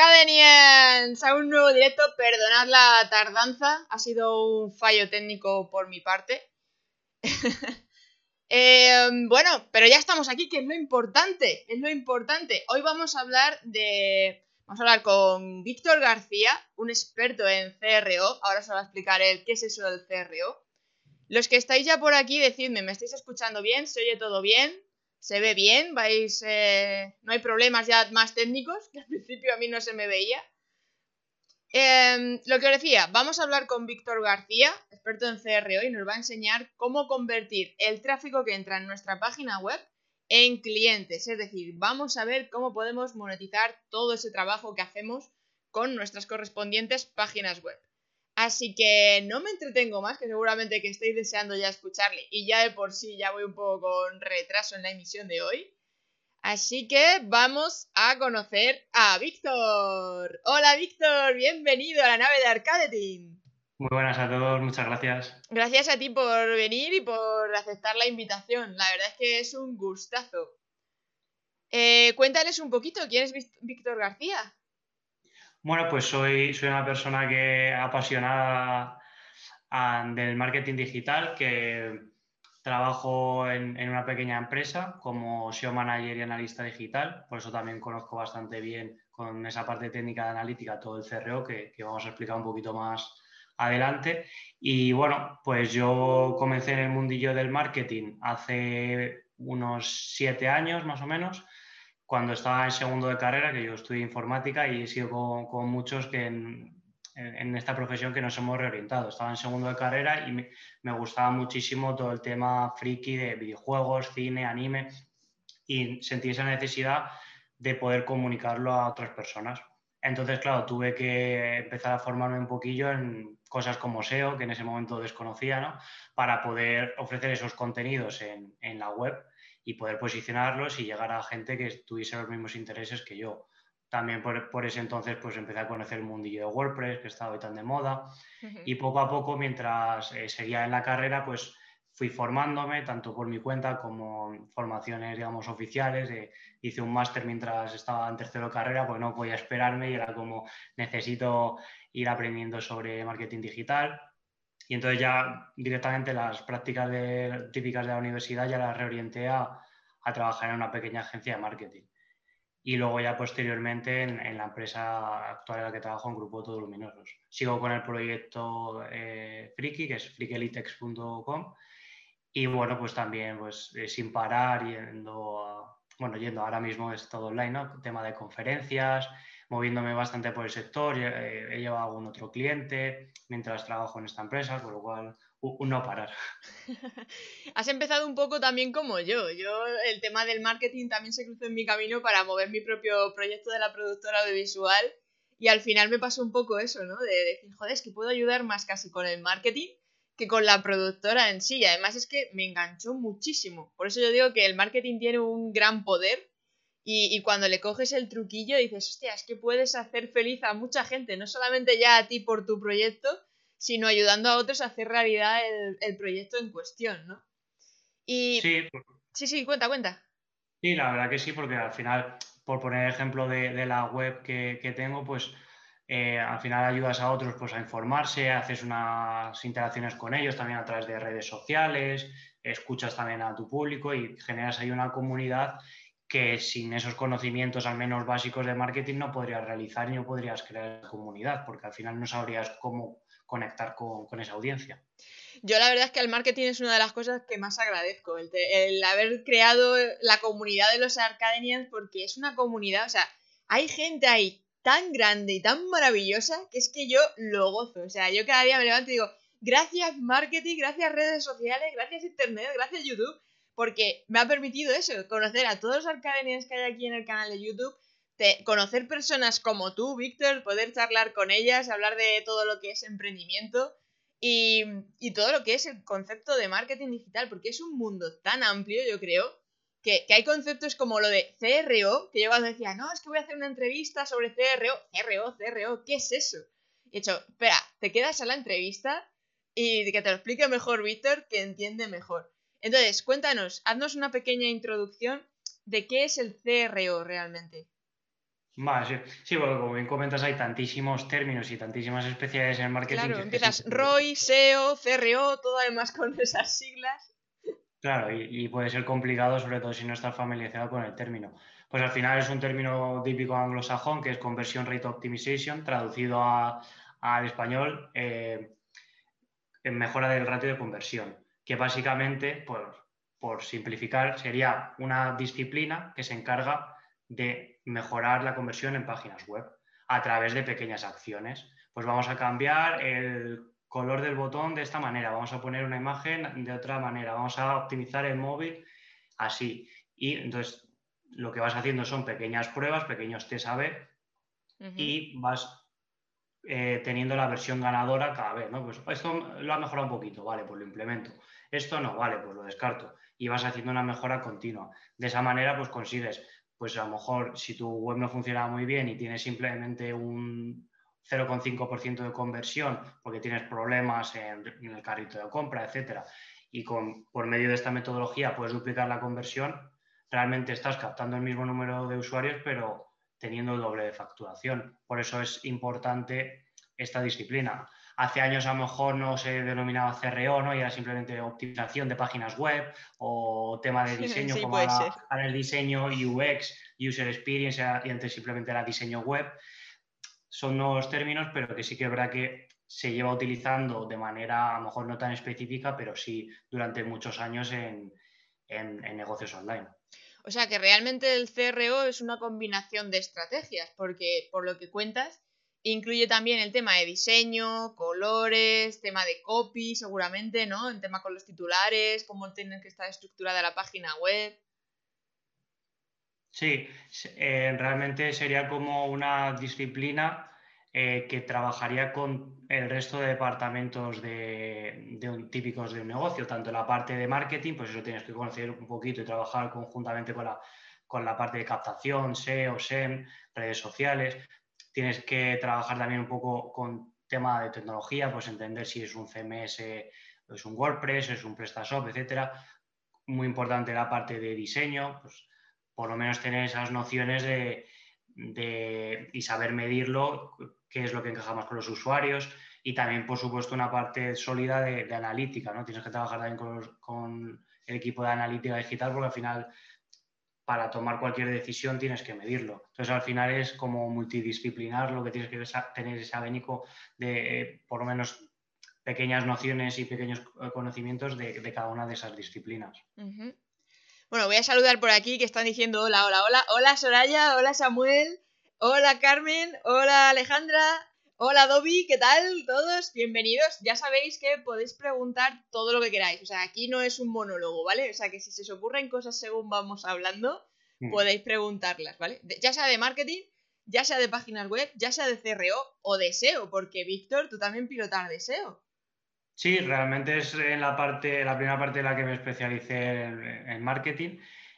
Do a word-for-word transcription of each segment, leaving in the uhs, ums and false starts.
Arcadenians, a un nuevo directo. Perdonad la tardanza, ha sido un fallo técnico por mi parte. eh, bueno, pero ya estamos aquí, que es lo importante, es lo importante. Hoy vamos a hablar de... Vamos a hablar con Víctor García, un experto en C R O. Ahora os va a explicar él qué es eso del C R O. Los que estáis ya por aquí, decidme, ¿me estáis escuchando bien? ¿Se oye todo bien? ¿Se ve bien? ¿Vais, eh, no hay problemas ya más técnicos? Que al principio a mí no se me veía. Eh, lo que os decía, vamos a hablar con Víctor García, experto en C R O, y nos va a enseñar cómo convertir el tráfico que entra en nuestra página web en clientes. Es decir, vamos a ver cómo podemos monetizar todo ese trabajo que hacemos con nuestras correspondientes páginas web. Así que no me entretengo más, que seguramente que estáis deseando ya escucharle, y ya de por sí ya voy un poco con retraso en la emisión de hoy. Así que vamos a conocer a Víctor. Hola Víctor, bienvenido a la nave de Arcadetin. Muy buenas a todos, muchas gracias. Gracias a ti por venir y por aceptar la invitación. La verdad es que es un gustazo. Eh, cuéntales un poquito, ¿quién es Víctor García? Bueno, pues soy, soy una persona que apasionada a, del marketing digital, que trabajo en, en una pequeña empresa como S E O Manager y analista digital, por eso también conozco bastante bien con esa parte técnica de analítica todo el C R O, que, que vamos a explicar un poquito más adelante. Y bueno, pues yo comencé en el mundillo del marketing hace unos siete años más o menos, cuando estaba en segundo de carrera, que yo estudié informática y he sido con, con muchos que en, en, en esta profesión que nos hemos reorientado. Estaba en segundo de carrera y me, me gustaba muchísimo todo el tema friki de videojuegos, cine, anime, y sentí esa necesidad de poder comunicarlo a otras personas. Entonces, claro, tuve que empezar a formarme un poquillo en cosas como S E O, que en ese momento desconocía, ¿no? Para poder ofrecer esos contenidos en, en la web y poder posicionarlos y llegar a gente que tuviese los mismos intereses que yo. También por, por ese entonces pues empecé a conocer el mundillo de WordPress, que estaba hoy tan de moda, Uh-huh. y poco a poco, mientras eh, seguía en la carrera, pues fui formándome, tanto por mi cuenta como formaciones, digamos, oficiales. Eh, hice un máster mientras estaba en tercero de carrera, pues no podía esperarme y era como, necesito ir aprendiendo sobre marketing digital. Y entonces ya directamente las prácticas de, típicas de la universidad ya las reorienté a, a trabajar en una pequeña agencia de marketing. Y luego ya posteriormente en, en la empresa actual en la que trabajo, en Grupo Todo Luminosos. Sigo con el proyecto eh, Friki, que es frikelitex punto com, y bueno, pues también pues eh, sin parar yendo a, bueno, yendo ahora mismo es todo online, ¿no? Tema de conferencias, moviéndome bastante por el sector, eh, he llevado a algún otro cliente mientras trabajo en esta empresa, con lo cual un no parar. Has empezado un poco también como yo. Yo, el tema del marketing también se cruzó en mi camino para mover mi propio proyecto de la productora audiovisual. Y al final me pasó un poco eso, ¿no? De decir, joder, es que puedo ayudar más casi con el marketing que con la productora en sí. Y además es que me enganchó muchísimo. Por eso yo digo que el marketing tiene un gran poder. Y, y cuando le coges el truquillo dices, hostia, es que puedes hacer feliz a mucha gente. No solamente ya a ti por tu proyecto, sino ayudando a otros a hacer realidad el, el proyecto en cuestión, ¿no? Y... Sí, Sí, sí, cuenta, cuenta. sí, la verdad que sí, porque al final, por poner ejemplo de, de la web que, que tengo, pues eh, al final ayudas a otros pues, a informarse, haces unas interacciones con ellos también a través de redes sociales, escuchas también a tu público y generas ahí una comunidad que sin esos conocimientos, al menos básicos de marketing, no podrías realizar y no podrías crear comunidad, porque al final no sabrías cómo conectar con, con esa audiencia. Yo la verdad es que el marketing es una de las cosas que más agradezco, el, te, el haber creado la comunidad de los Arcadenians, porque es una comunidad, o sea, hay gente ahí tan grande y tan maravillosa que es que yo lo gozo. O sea, yo cada día me levanto y digo, gracias marketing, gracias redes sociales, gracias internet, gracias YouTube, porque me ha permitido eso, conocer a todos los Arcadenians que hay aquí en el canal de YouTube, te, conocer personas como tú, Víctor, poder charlar con ellas, hablar de todo lo que es emprendimiento. Y, y todo lo que es el concepto de marketing digital, porque es un mundo tan amplio, yo creo, que, que hay conceptos como lo de C R O, que yo cuando decía, no, es que voy a hacer una entrevista sobre C R O, C R O, C R O, ¿qué es eso? Y he hecho, espera, te quedas a la entrevista y que te lo explique mejor Víctor, que entiende mejor. Entonces, cuéntanos, haznos una pequeña introducción de qué es el C R O realmente. Vale, sí. Sí, porque como bien comentas, hay tantísimos términos y tantísimas especialidades en el marketing Claro, que es que es empiezas imposible. R O I, S E O, C R O, todo además con esas siglas. Claro, y, y puede ser complicado, sobre todo si no estás familiarizado con el término. Pues al final es un término típico anglosajón, que es Conversion Rate Optimization, traducido a- al español, eh, en mejora del ratio de conversión, que básicamente, por, por simplificar, sería una disciplina que se encarga de mejorar la conversión en páginas web a través de pequeñas acciones. Pues vamos a cambiar el color del botón de esta manera, vamos a poner una imagen de otra manera, vamos a optimizar el móvil así. Y entonces lo que vas haciendo son pequeñas pruebas, pequeños test A B Ujú. y vas eh, teniendo la versión ganadora cada vez, ¿no? Pues esto lo ha mejorado un poquito, vale, pues lo implemento. Esto no, vale, pues lo descarto. Y vas haciendo una mejora continua. De esa manera, pues consigues, pues a lo mejor si tu web no funciona muy bien y tienes simplemente un cero coma cinco por ciento de conversión porque tienes problemas en, en el carrito de compra, etcétera, y con, por medio de esta metodología puedes duplicar la conversión, realmente estás captando el mismo número de usuarios, pero teniendo el doble de facturación. Por eso es importante esta disciplina. Hace años a lo mejor no se denominaba C R O, ¿no? Y era simplemente optimización de páginas web o tema de diseño, Sí, como puede ahora, ser. ahora el diseño U X, User Experience, y antes simplemente era diseño web. Son nuevos términos, pero que sí que es verdad que se lleva utilizando de manera a lo mejor no tan específica, pero sí durante muchos años en, en, en negocios online. O sea que realmente el C R O es una combinación de estrategias, porque por lo que cuentas, incluye también el tema de diseño, colores, tema de copy, seguramente, ¿no? El tema con los titulares, cómo tiene que estar estructurada la página web. Sí, eh, realmente sería como una disciplina eh, que trabajaría con el resto de departamentos de, de un, típicos de un negocio, tanto la parte de marketing, pues eso tienes que conocer un poquito y trabajar conjuntamente con la, con la parte de captación, S E O, S E M, redes sociales. Tienes que trabajar también un poco con tema de tecnología, pues entender si es un C M S, es un WordPress, es un PrestaShop, etcétera. Muy importante la parte de diseño, pues por lo menos tener esas nociones de, de, y saber medirlo, qué es lo que encaja más con los usuarios, y también, por supuesto, una parte sólida de, de analítica, ¿no? Tienes que trabajar también con, los, con, el equipo de analítica digital, porque al final, para tomar cualquier decisión tienes que medirlo. Entonces, al final es como multidisciplinar, lo que tienes que tener ese abanico de, eh, por lo menos, pequeñas nociones y pequeños conocimientos de, de cada una de esas disciplinas. Uh-huh. Bueno, voy a saludar por aquí que están diciendo hola, hola, hola. Hola Soraya, hola Samuel, hola Carmen, hola Alejandra, hola Dobby, ¿qué tal todos? Bienvenidos. Ya sabéis que podéis preguntar todo lo que queráis. O sea, aquí no es un monólogo, ¿vale? O sea, que si se os ocurren cosas según vamos hablando, Mm. podéis preguntarlas, ¿vale? De, ya sea de marketing, ya sea de páginas web, ya sea de C R O o de S E O, porque Víctor, tú también pilotas de S E O. Sí, realmente es en la parte, la primera parte en la que me especialicé en, en marketing,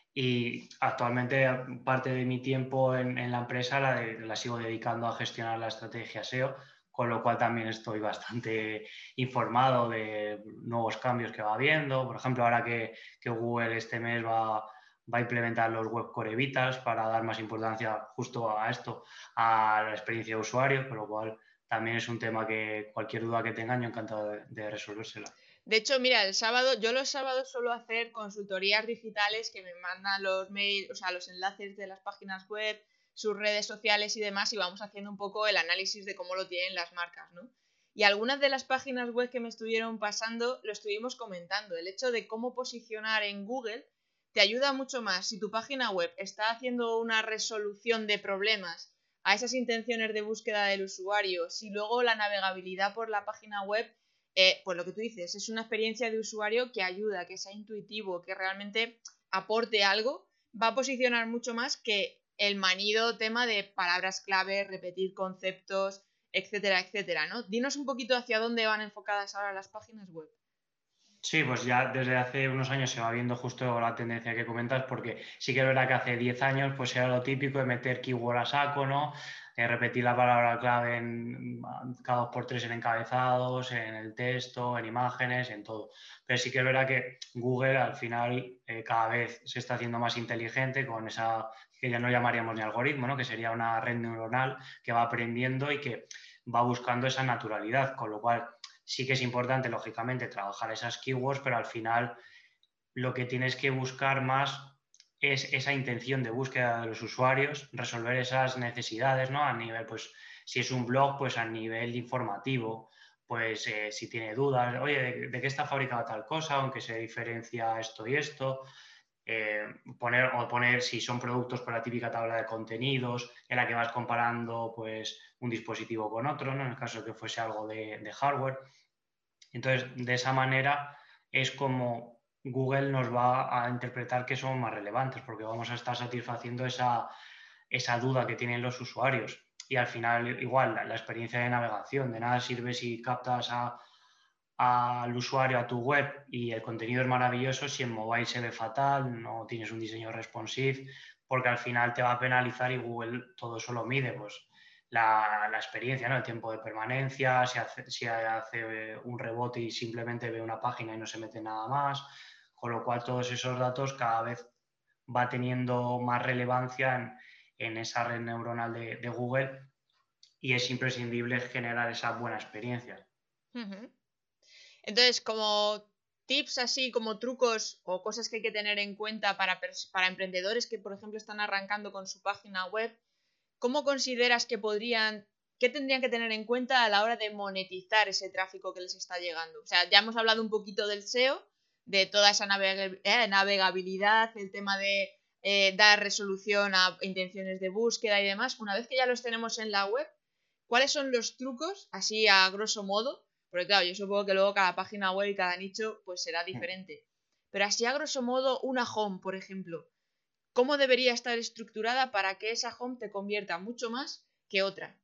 y actualmente parte de mi tiempo en, en la empresa la, de- la sigo dedicando a gestionar la estrategia S E O, con lo cual también estoy bastante informado de nuevos cambios que va habiendo. Por ejemplo, ahora que, que Google este mes va, va a implementar los Web Core Vitals para dar más importancia justo a esto, a la experiencia de usuario, con lo cual también es un tema que cualquier duda que tengan, yo encantado de, de resolvérsela. De hecho, mira, el sábado, yo los sábados suelo hacer consultorías digitales que me mandan los mails, o sea, los enlaces de las páginas web, sus redes sociales y demás, y vamos haciendo un poco el análisis de cómo lo tienen las marcas, ¿no? Y algunas de las páginas web que me estuvieron pasando lo estuvimos comentando. El hecho de cómo posicionar en Google te ayuda mucho más si tu página web está haciendo una resolución de problemas a esas intenciones de búsqueda del usuario, si luego la navegabilidad por la página web eh, pues lo que tú dices, es una experiencia de usuario que ayuda, que sea intuitivo, que realmente aporte algo, va a posicionar mucho más que el manido tema de palabras clave, repetir conceptos, etcétera, etcétera, ¿no? Dinos un poquito hacia dónde van enfocadas ahora las páginas web. Sí, pues ya desde hace unos años se va viendo justo la tendencia que comentas, porque sí que es verdad que hace diez años pues era lo típico de meter keyword a saco, ¿no? De repetir la palabra clave en cada dos por tres en encabezados, en el texto, en imágenes, en todo. Pero sí que es verdad que Google al final eh, cada vez se está haciendo más inteligente con esa que ya no llamaríamos ni algoritmo, ¿no? Que sería una red neuronal que va aprendiendo y que va buscando esa naturalidad, con lo cual sí que es importante, lógicamente, trabajar esas keywords, pero al final lo que tienes que buscar más es esa intención de búsqueda de los usuarios, resolver esas necesidades, ¿no? A nivel, pues, si es un blog, pues a nivel informativo, pues eh, si tiene dudas, oye, ¿de, de qué está fabricada tal cosa? Aunque se diferencia esto y esto. Eh, poner, o poner si son productos por la típica tabla de contenidos en la que vas comparando pues un dispositivo con otro, ¿no? En el caso de que fuese algo de, de hardware. Entonces, de esa manera es como Google nos va a interpretar que somos más relevantes, porque vamos a estar satisfaciendo esa, esa duda que tienen los usuarios. Y al final, igual, la, la experiencia de navegación, de nada sirve si captas a, al usuario a tu web y el contenido es maravilloso si en mobile se ve fatal, no tienes un diseño responsive, porque al final te va a penalizar y Google todo eso lo mide, pues la, la experiencia, ¿no? El tiempo de permanencia, si hace, si hace un rebote y simplemente ve una página y no se mete nada más, con lo cual todos esos datos cada vez va teniendo más relevancia en, en esa red neuronal de, de Google y es imprescindible generar esa buena experiencia. Uh-huh. Entonces, como tips así, como trucos o cosas que hay que tener en cuenta para, para emprendedores que, por ejemplo, están arrancando con su página web, ¿cómo consideras que podrían, qué tendrían que tener en cuenta a la hora de monetizar ese tráfico que les está llegando? O sea, ya hemos hablado un poquito del S E O, de toda esa naveg eh, navegabilidad, el tema de eh, dar resolución a intenciones de búsqueda y demás. Una vez que ya los tenemos en la web, ¿cuáles son los trucos, así a grosso modo? Porque claro, yo supongo que luego cada página web y cada nicho pues será diferente. Pero así a grosso modo, una home, por ejemplo, ¿cómo debería estar estructurada para que esa home te convierta mucho más que otra?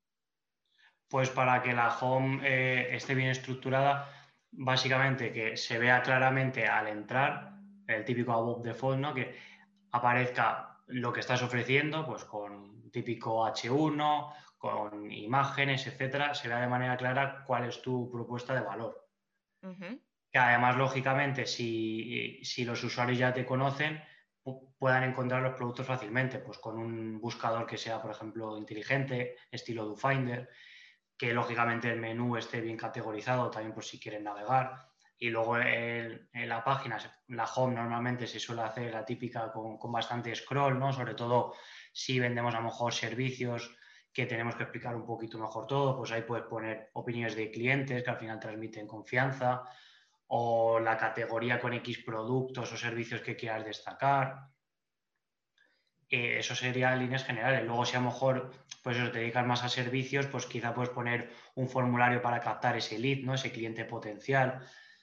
Pues para que la home eh, esté bien estructurada, básicamente que se vea claramente al entrar, el típico above default, ¿no? Que aparezca lo que estás ofreciendo, pues con típico hache uno, con imágenes, etcétera, se vea de manera clara cuál es tu propuesta de valor. Uh-huh. Que además, lógicamente, si, si los usuarios ya te conocen, puedan encontrar los productos fácilmente, pues con un buscador que sea, por ejemplo, inteligente, estilo DoFinder, que lógicamente el menú esté bien categorizado también por si quieren navegar. Y luego el, en la página, la home normalmente se suele hacer la típica con, con bastante scroll, ¿no? Sobre todo si vendemos a lo mejor servicios que tenemos que explicar un poquito mejor todo, pues ahí puedes poner opiniones de clientes que al final transmiten confianza o la categoría con X productos o servicios que quieras destacar. Eh, eso sería en líneas generales. Luego, si a lo mejor pues, os dedicas más a servicios, pues quizá puedes poner un formulario para captar ese lead, ¿no? Ese cliente potencial.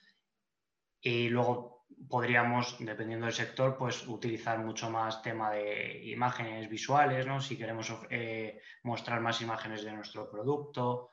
Y luego podríamos, dependiendo del sector, pues utilizar mucho más tema de imágenes visuales, ¿no? Si queremos eh, mostrar más imágenes de nuestro producto.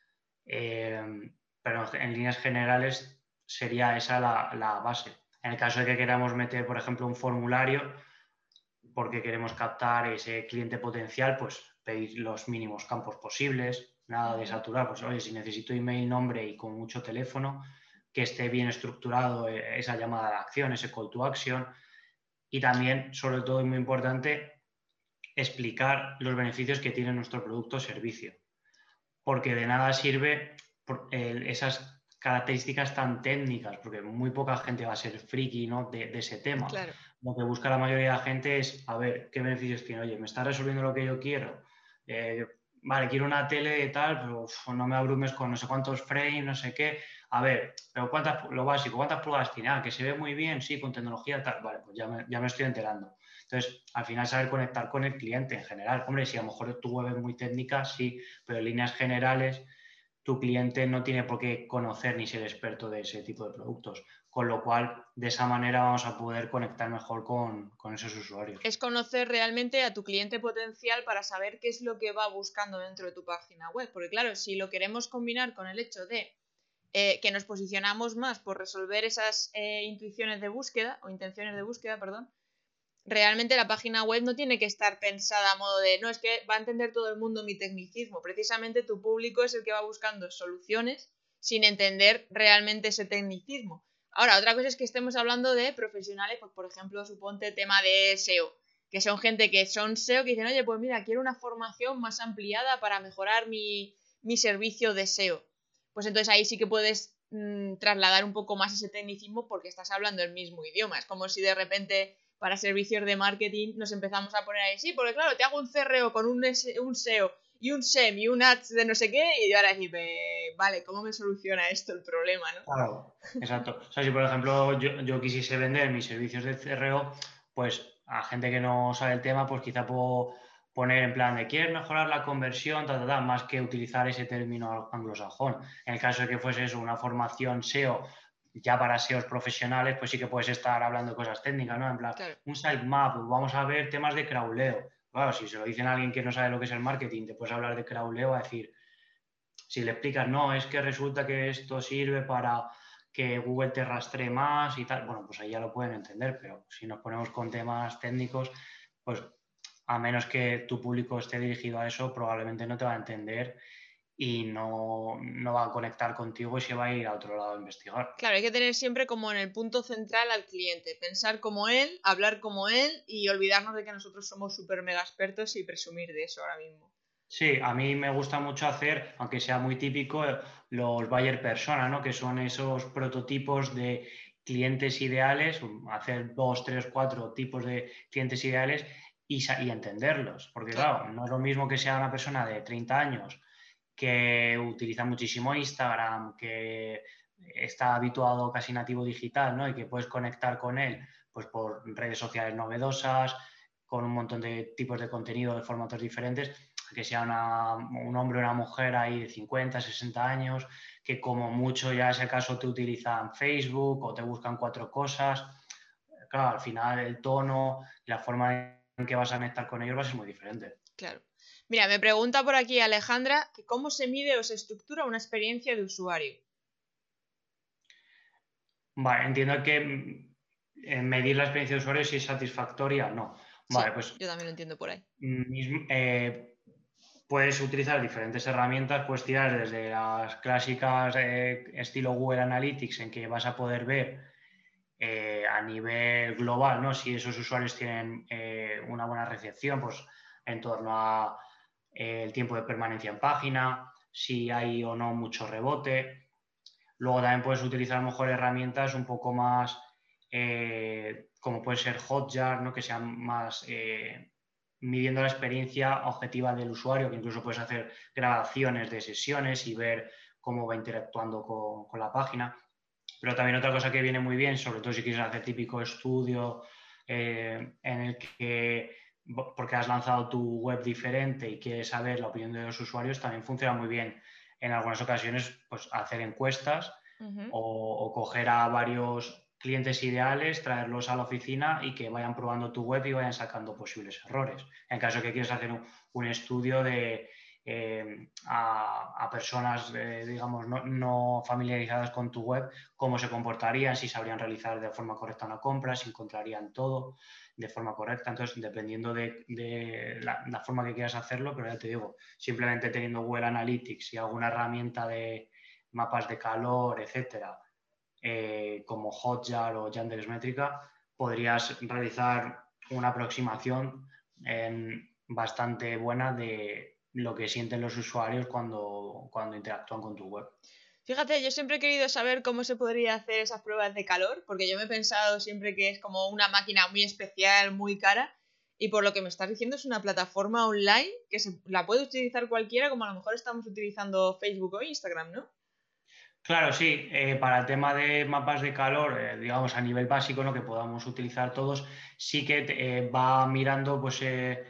Eh, pero en líneas generales sería esa la, la base. En el caso de que queramos meter, por ejemplo, un formulario, porque queremos captar ese cliente potencial, pues pedir los mínimos campos posibles, nada de Uh-huh. saturar, pues oye, si necesito email, nombre y con mucho teléfono, que esté bien estructurado esa llamada de acción, ese call to action, y también, sobre todo y muy importante, explicar los beneficios que tiene nuestro producto o servicio, porque de nada sirve esas características tan técnicas, porque muy poca gente va a ser friki, ¿no? de, de ese tema. Claro. Lo que busca la mayoría de la gente es, a ver, ¿qué beneficios tiene? Oye, ¿me está resolviendo lo que yo quiero? Eh, vale, quiero una tele de tal, pero uf, no me abrumes con no sé cuántos frames, no sé qué. A ver, pero cuántas, lo básico, ¿cuántas pulgadas tiene? Ah, que se ve muy bien, sí, con tecnología tal. Vale, pues ya me, ya me estoy enterando. Entonces, al final, saber conectar con el cliente en general. Hombre, si a lo mejor tu web es muy técnica, sí, pero en líneas generales tu cliente no tiene por qué conocer ni ser experto de ese tipo de productos, con lo cual de esa manera vamos a poder conectar mejor con, con esos usuarios. Es conocer realmente a tu cliente potencial para saber qué es lo que va buscando dentro de tu página web. Porque claro, si lo queremos combinar con el hecho de eh, que nos posicionamos más por resolver esas eh, intuiciones de búsqueda, o intenciones de búsqueda, perdón, realmente la página web no tiene que estar pensada a modo de, no, es que va a entender todo el mundo mi tecnicismo. Precisamente tu público es el que va buscando soluciones sin entender realmente ese tecnicismo. Ahora, otra cosa es que estemos hablando de profesionales, pues por ejemplo, suponte tema de S E O, que son gente que son S E O que dicen, oye, pues mira, quiero una formación más ampliada para mejorar mi, mi servicio de S E O. Pues entonces ahí sí que puedes mmm, trasladar un poco más ese tecnicismo porque estás hablando el mismo idioma. Es como si de repente para servicios de marketing nos empezamos a poner ahí, sí, porque claro, te hago un C R O con un, S un S E O y un S E M y un Ads de no sé qué, y ahora decir, vale, ¿cómo me soluciona esto el problema, no? Claro, exacto. O sea, si por ejemplo yo, yo quisiese vender mis servicios de C R O, pues a gente que no sabe el tema, pues quizá puedo poner en plan de quieres mejorar la conversión, ta, ta, ta, más que utilizar ese término anglosajón. En el caso de que fuese eso, una formación S E O ya para S E Os profesionales, pues sí que puedes estar hablando de cosas técnicas, ¿no? En plan, Claro. un sitemap, vamos a ver temas de crawleo. Claro, si se lo dicen a alguien que no sabe lo que es el marketing, te puedes hablar de crawleo a decir, si le explicas, no, es que resulta que esto sirve para que Google te rastree más y tal, bueno, pues ahí ya lo pueden entender, pero si nos ponemos con temas técnicos, pues a menos que tu público esté dirigido a eso, probablemente no te va a entender y no, no va a conectar contigo y se va a ir a otro lado a investigar. Claro, hay que tener siempre como en el punto central al cliente, pensar como él, hablar como él y olvidarnos de que nosotros somos súper mega expertos y presumir de eso ahora mismo. Sí, a mí me gusta mucho hacer, aunque sea muy típico, los buyer persona, ¿no? Que son esos prototipos de clientes ideales, hacer dos, tres, cuatro tipos de clientes ideales y, y entenderlos. Porque Claro. claro, no es lo mismo que sea una persona de treinta años que utiliza muchísimo Instagram, que está habituado casi nativo digital, ¿no? Y que puedes conectar con él pues por redes sociales novedosas, con un montón de tipos de contenido de formatos diferentes, que sea una, un hombre o una mujer ahí de cincuenta, sesenta años, que como mucho ya ese caso te utilizan Facebook o te buscan cuatro cosas. Claro, al final el tono, la forma en que vas a conectar con ellos va a ser muy diferente. Claro. Mira, me pregunta por aquí Alejandra que cómo se mide o se estructura una experiencia de usuario. Vale, entiendo que mm, medir la experiencia de usuario si es satisfactoria, no. Sí, Vale, pues yo también lo entiendo por ahí. mismo, eh, puedes utilizar diferentes herramientas, puedes tirar desde las clásicas eh, estilo Google Analytics, en que vas a poder ver eh, a nivel global, ¿no? Si esos usuarios tienen eh, una buena recepción, pues en torno a eh, el tiempo de permanencia en página, si hay o no mucho rebote. Luego también puedes utilizar a lo mejor herramientas un poco más, eh, como puede ser Hotjar, ¿no? Que sean más eh, midiendo la experiencia objetiva del usuario, que incluso puedes hacer grabaciones de sesiones y ver cómo va interactuando con, con la página. Pero también otra cosa que viene muy bien, sobre todo si quieres hacer típico estudio eh, en el que, porque has lanzado tu web diferente y quieres saber la opinión de los usuarios, también funciona muy bien en algunas ocasiones pues, hacer encuestas Uh-huh. o, o coger a varios clientes ideales, traerlos a la oficina y que vayan probando tu web y vayan sacando posibles errores. En caso de que quieras hacer un, un estudio de eh, a, a, personas, eh, digamos, no, no, familiarizadas con tu web, cómo se comportarían, si sabrían realizar de forma correcta una compra, si encontrarían todo de forma correcta. Entonces, dependiendo de, de la, la, forma que quieras hacerlo, pero ya te digo, simplemente teniendo Google Analytics y alguna herramienta de mapas de calor, etcétera, eh, como Hotjar o Yandex Métrica, podrías realizar una aproximación eh, bastante buena de lo que sienten los usuarios cuando, cuando interactúan con tu web. Fíjate, yo siempre he querido saber cómo se podría hacer esas pruebas de calor, porque yo me he pensado siempre que es como una máquina muy especial, muy cara, y por lo que me estás diciendo es una plataforma online que se, la puede utilizar cualquiera, como a lo mejor estamos utilizando Facebook o Instagram, ¿no? Claro, sí, eh, para el tema de mapas de calor, eh, digamos a nivel básico, ¿no? Que podamos utilizar todos, sí que eh, va mirando pues eh,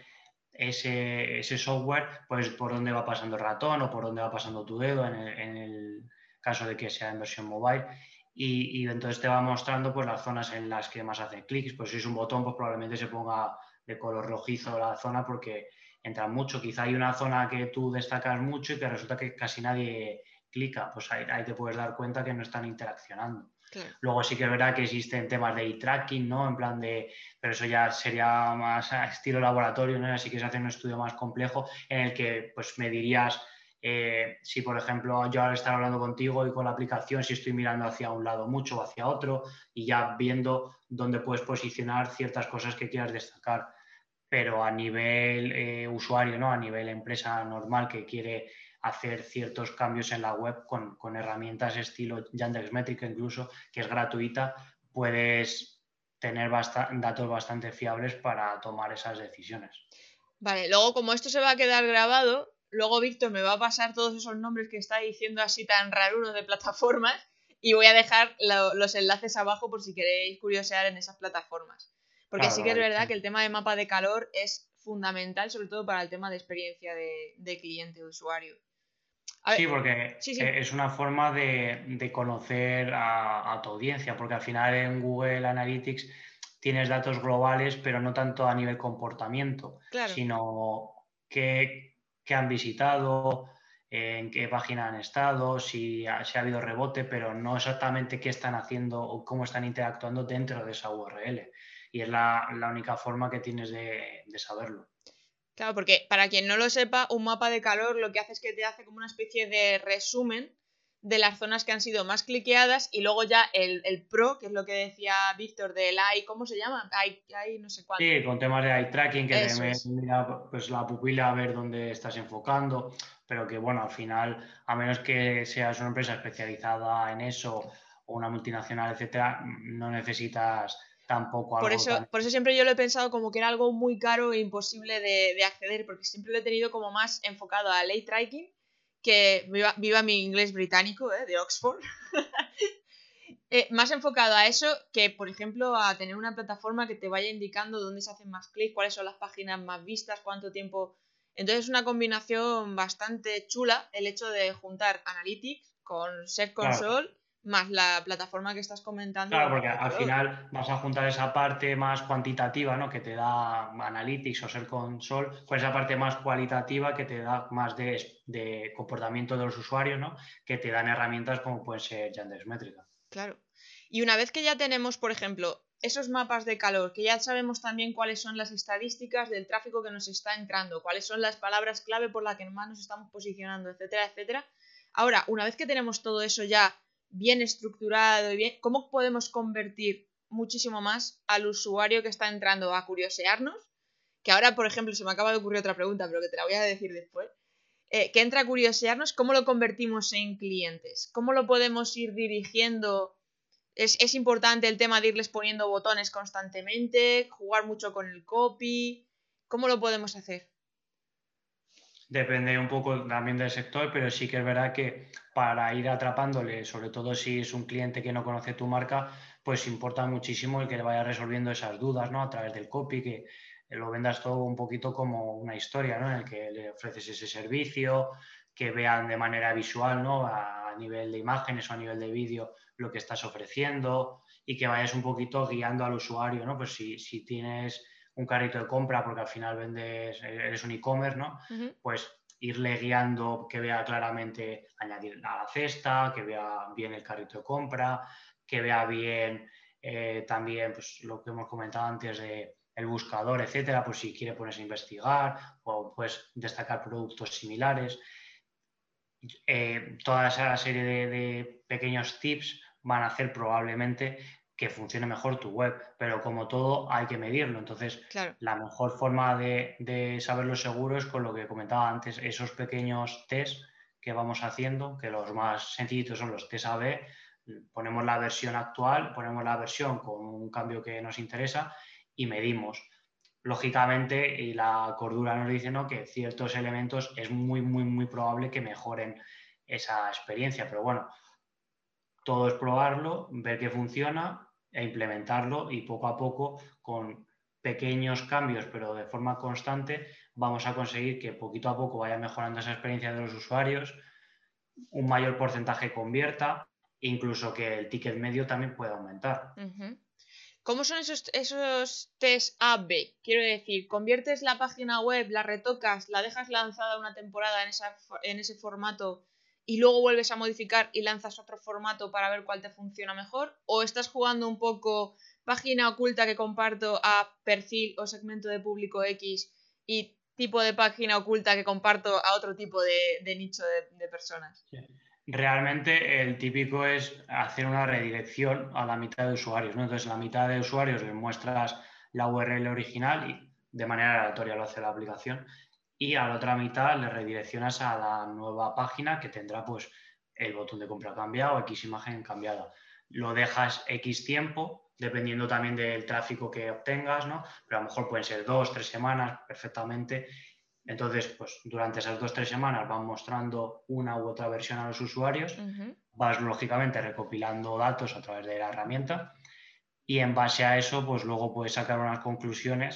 ese, ese, software, pues por dónde va pasando el ratón o por dónde va pasando tu dedo en el, en el caso de que sea en versión mobile. Y, y, entonces te va mostrando pues las zonas en las que más hace clics. Pues si es un botón, pues probablemente se ponga de color rojizo la zona porque entra mucho. Quizá hay una zona que tú destacas mucho y que resulta que casi nadie clica, pues ahí, ahí te puedes dar cuenta que no están interaccionando. Claro. Luego sí que es verdad que existen temas de eye tracking, ¿no? En plan de, pero eso ya sería más a estilo laboratorio, ¿no? Así que se hace un estudio más complejo en el que pues medirías eh, si, por ejemplo, yo ahora estar hablando contigo y con la aplicación, si estoy mirando hacia un lado mucho o hacia otro y ya viendo dónde puedes posicionar ciertas cosas que quieras destacar. Pero a nivel eh, usuario, ¿no? A nivel empresa normal que quiere hacer ciertos cambios en la web con, con herramientas estilo Yandex Métrica incluso, que es gratuita, puedes tener bast- datos bastante fiables para tomar esas decisiones. Vale, luego como esto se va a quedar grabado, luego Víctor me va a pasar todos esos nombres que está diciendo así tan rarunos de plataformas y voy a dejar lo, los enlaces abajo por si queréis curiosear en esas plataformas. Porque Claro, sí que es vale. verdad que el tema de mapa de calor es fundamental, sobre todo para el tema de experiencia de, de cliente, de usuario. A ver, Sí, porque sí, sí, es una forma de, de conocer a, a tu audiencia, porque al final en Google Analytics tienes datos globales, pero no tanto a nivel comportamiento, claro. sino qué, qué han visitado, en qué página han estado, si ha, si ha habido rebote, pero no exactamente qué están haciendo o cómo están interactuando dentro de esa U R L. Y es la, la única forma que tienes de, de saberlo. Claro, porque para quien no lo sepa, un mapa de calor lo que hace es que te hace como una especie de resumen de las zonas que han sido más cliqueadas y luego ya el, el pro, que es lo que decía Víctor del I, ¿cómo se llama? I, I no sé cuánto. Sí, con temas de eye tracking, que te Eso me- es. mira pues, la pupila a ver dónde estás enfocando, pero que bueno, al final, a menos que seas una empresa especializada en eso o una multinacional, etcétera, no necesitas tampoco Por algo eso, tan... por eso siempre yo lo he pensado como que era algo muy caro e imposible de, de acceder, porque siempre lo he tenido como más enfocado a eye tracking, que viva, viva mi inglés británico, ¿eh? De Oxford. Eh, más enfocado a eso que, por ejemplo, a tener una plataforma que te vaya indicando dónde se hacen más clics, cuáles son las páginas más vistas, cuánto tiempo. Entonces es una combinación bastante chula el hecho de juntar Analytics con Search Claro, Console más la plataforma que estás comentando del claro, porque mapa de al calor. final vas a juntar esa parte más cuantitativa, ¿no? Que te da Analytics o Ser Console, con esa parte más cualitativa que te da más de, de comportamiento de los usuarios, ¿no? Que te dan herramientas como puede ser Yandex Métrica. Claro. Y una vez que ya tenemos, por ejemplo, esos mapas de calor, que ya sabemos también cuáles son las estadísticas del tráfico que nos está entrando, cuáles son las palabras clave por las que más nos estamos posicionando, etcétera, etcétera. Ahora, una vez que tenemos todo eso ya bien estructurado y bien, ¿cómo podemos convertir muchísimo más al usuario que está entrando a curiosearnos? Que ahora, por ejemplo, se me acaba de ocurrir otra pregunta, pero que te la voy a decir después. Eh, que entra a curiosearnos, ¿cómo lo convertimos en clientes? ¿Cómo lo podemos ir dirigiendo? Es, es importante el tema de irles poniendo botones constantemente, jugar mucho con el copy. ¿Cómo lo podemos hacer? Depende un poco también del sector, pero sí que es verdad que para ir atrapándole, sobre todo si es un cliente que no conoce tu marca, pues importa muchísimo el que le vaya resolviendo esas dudas, ¿no? A través del copy, que lo vendas todo un poquito como una historia, ¿no? En el que le ofreces ese servicio, que vean de manera visual, ¿no? A nivel de imágenes o a nivel de vídeo lo que estás ofreciendo y que vayas un poquito guiando al usuario, ¿no? Pues si, si tienes un carrito de compra, porque al final vendes, eres un e-commerce, ¿no? Uh-huh. Pues irle guiando, que vea claramente añadir a la cesta, que vea bien el carrito de compra, que vea bien eh, también pues, lo que hemos comentado antes de el buscador, etcétera, pues si quiere ponerse a investigar o pues destacar productos similares. Eh, toda esa serie de, de pequeños tips van a hacer probablemente que funcione mejor tu web, pero como todo hay que medirlo. Entonces, Claro. la mejor forma de, de saberlo seguro es con lo que comentaba antes, esos pequeños test que vamos haciendo, que los más sencillitos son los test A B, ponemos la versión actual, ponemos la versión con un cambio que nos interesa y medimos. Lógicamente, y la cordura nos dice, ¿no?, que ciertos elementos es muy, muy, muy probable que mejoren esa experiencia, pero bueno, todo es probarlo, ver que funciona e implementarlo y poco a poco, con pequeños cambios, pero de forma constante, vamos a conseguir que poquito a poco vaya mejorando esa experiencia de los usuarios, un mayor porcentaje convierta, incluso que el ticket medio también pueda aumentar. Uh-huh. ¿Cómo son esos, esos test A B? Quiero decir, conviertes la página web, la retocas, la dejas lanzada una temporada en, esa, en ese formato y luego vuelves a modificar y lanzas otro formato para ver cuál te funciona mejor? ¿O estás jugando un poco página oculta que comparto a perfil o segmento de público X y tipo de página oculta que comparto a otro tipo de, de nicho de, de personas? Sí. Realmente el típico es hacer una redirección a la mitad de usuarios, ¿no? Entonces, la mitad de usuarios les muestras la U R L original y de manera aleatoria lo hace la aplicación, y a la otra mitad le redireccionas a la nueva página que tendrá pues el botón de compra cambiado, X imagen cambiada. Lo dejas X tiempo, dependiendo también del tráfico que obtengas, ¿no? Pero a lo mejor pueden ser dos, tres semanas perfectamente. Entonces, pues durante esas dos, tres semanas van mostrando una u otra versión a los usuarios, Uh-huh. vas lógicamente recopilando datos a través de la herramienta y en base a eso, pues luego puedes sacar unas conclusiones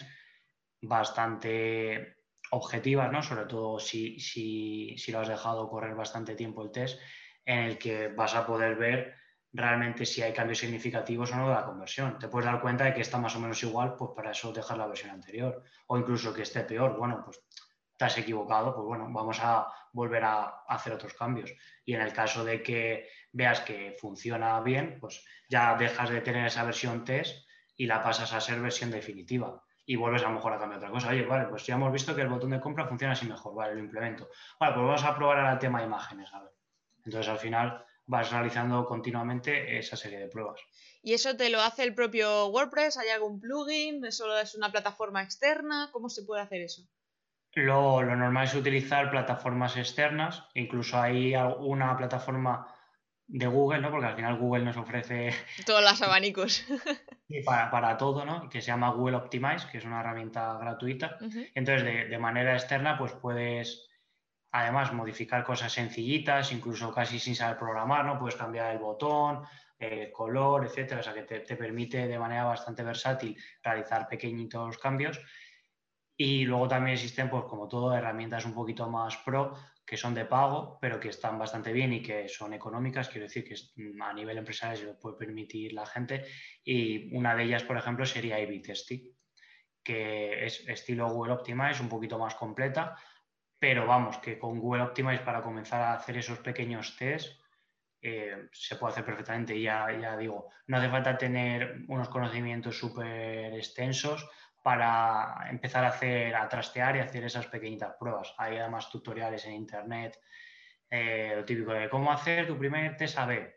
bastante objetivas, ¿no? Sobre todo si, si, si lo has dejado correr bastante tiempo el test, en el que vas a poder ver realmente si hay cambios significativos o no de la conversión. Te puedes dar cuenta de que está más o menos igual, pues para eso dejas la versión anterior. O incluso que esté peor, bueno, pues te has equivocado, pues bueno, vamos a volver a hacer otros cambios. Y en el caso de que veas que funciona bien, pues ya dejas de tener esa versión test y la pasas a ser versión definitiva. Y vuelves a lo mejor a cambiar otra cosa. Oye, vale, pues ya hemos visto que el botón de compra funciona así mejor, vale, lo implemento. Vale, pues vamos a probar ahora el tema de imágenes, a ver. Entonces al final vas realizando continuamente esa serie de pruebas. ¿Y eso te lo hace el propio WordPress? ¿Hay algún plugin? ¿Eso es una plataforma externa? ¿Cómo se puede hacer eso? Lo, lo normal es utilizar plataformas externas, incluso hay una plataforma de Google, ¿no? Porque al final Google nos ofrece Todos los abanicos. para, para todo, ¿no? Que se llama Google Optimize, que es una herramienta gratuita. Uh-huh. Entonces, de, de manera externa, pues puedes además modificar cosas sencillitas, incluso casi sin saber programar, ¿no? Puedes cambiar el botón, el color, etcétera. O sea, que te, te permite de manera bastante versátil realizar pequeñitos cambios. Y luego también existen, pues como todo, herramientas un poquito más pro que son de pago, pero que están bastante bien y que son económicas. Quiero decir que a nivel empresarial se lo puede permitir la gente. Y una de ellas, por ejemplo, sería A B Testing, que es estilo Google Optimize, un poquito más completa, pero vamos, que con Google Optimize para comenzar a hacer esos pequeños tests eh, se puede hacer perfectamente. Y ya, ya digo, no hace falta tener unos conocimientos súper extensos para empezar a hacer, a trastear y hacer esas pequeñitas pruebas. Hay además tutoriales en internet, eh, lo típico de cómo hacer tu primer test A B.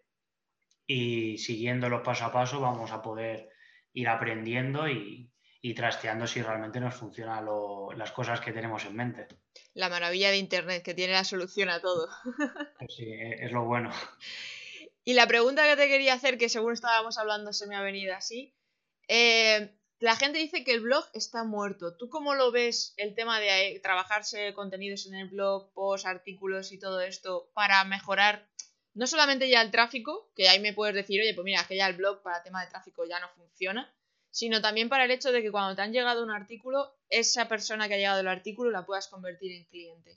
Y siguiéndolo paso a paso vamos a poder ir aprendiendo y, y trasteando si realmente nos funcionan las cosas que tenemos en mente. La maravilla de Internet, que tiene la solución a todo. Pues sí, es lo bueno. Y la pregunta que te quería hacer, que según estábamos hablando se me ha venido así, eh, la gente dice que el blog está muerto. ¿Tú cómo lo ves el tema de trabajarse contenidos en el blog, posts, artículos y todo esto para mejorar no solamente ya el tráfico, que ahí me puedes decir, oye, pues mira, que ya el blog para tema de tráfico ya no funciona, sino también para el hecho de que cuando te han llegado un artículo, esa persona que ha llegado el artículo la puedas convertir en cliente?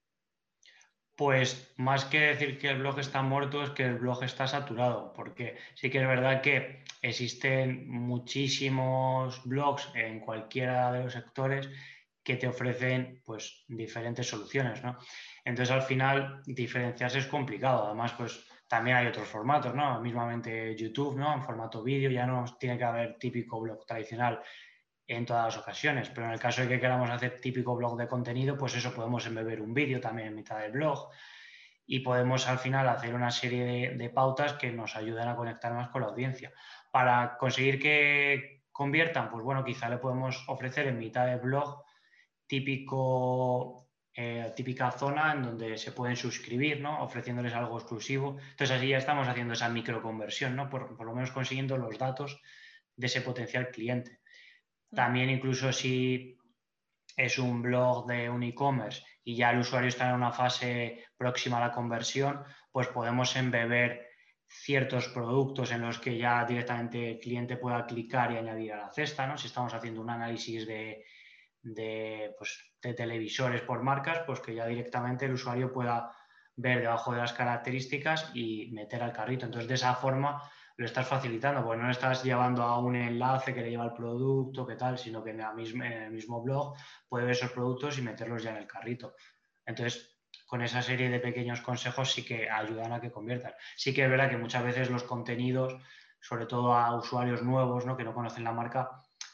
Pues más que decir que el blog está muerto, es que el blog está saturado, porque sí que es verdad que existen muchísimos blogs en cualquiera de los sectores que te ofrecen pues diferentes soluciones, ¿no? Entonces al final diferenciarse es complicado. Además, pues también hay otros formatos, ¿no? Mismamente YouTube, ¿no? En formato vídeo ya no tiene que haber típico blog tradicional en todas las ocasiones, pero en el caso de que queramos hacer típico blog de contenido, pues eso, podemos embeber un vídeo también en mitad del blog y podemos al final hacer una serie de, de pautas que nos ayuden a conectar más con la audiencia. Para conseguir que conviertan, pues bueno, quizá le podemos ofrecer en mitad del blog típico, eh, típica zona en donde se pueden suscribir, ¿no? Ofreciéndoles algo exclusivo. Entonces así ya estamos haciendo esa microconversión, ¿no? Por, por lo menos consiguiendo los datos de ese potencial cliente. También incluso si es un blog de un e-commerce y ya el usuario está en una fase próxima a la conversión, pues podemos embeber ciertos productos en los que ya directamente el cliente pueda clicar y añadir a la cesta, ¿no? Si estamos haciendo un análisis de, de, pues, de televisores por marcas, pues que ya directamente el usuario pueda ver debajo de las características y meter al carrito. Entonces, de esa forma lo estás facilitando, porque no le estás llevando a un enlace que le lleva el producto, qué tal, sino que en, la misma, en el mismo blog puede ver esos productos y meterlos ya en el carrito. Entonces, con esa serie de pequeños consejos sí que ayudan a que conviertan. Sí que es verdad que muchas veces los contenidos, sobre todo a usuarios nuevos, ¿no? Que no conocen la marca,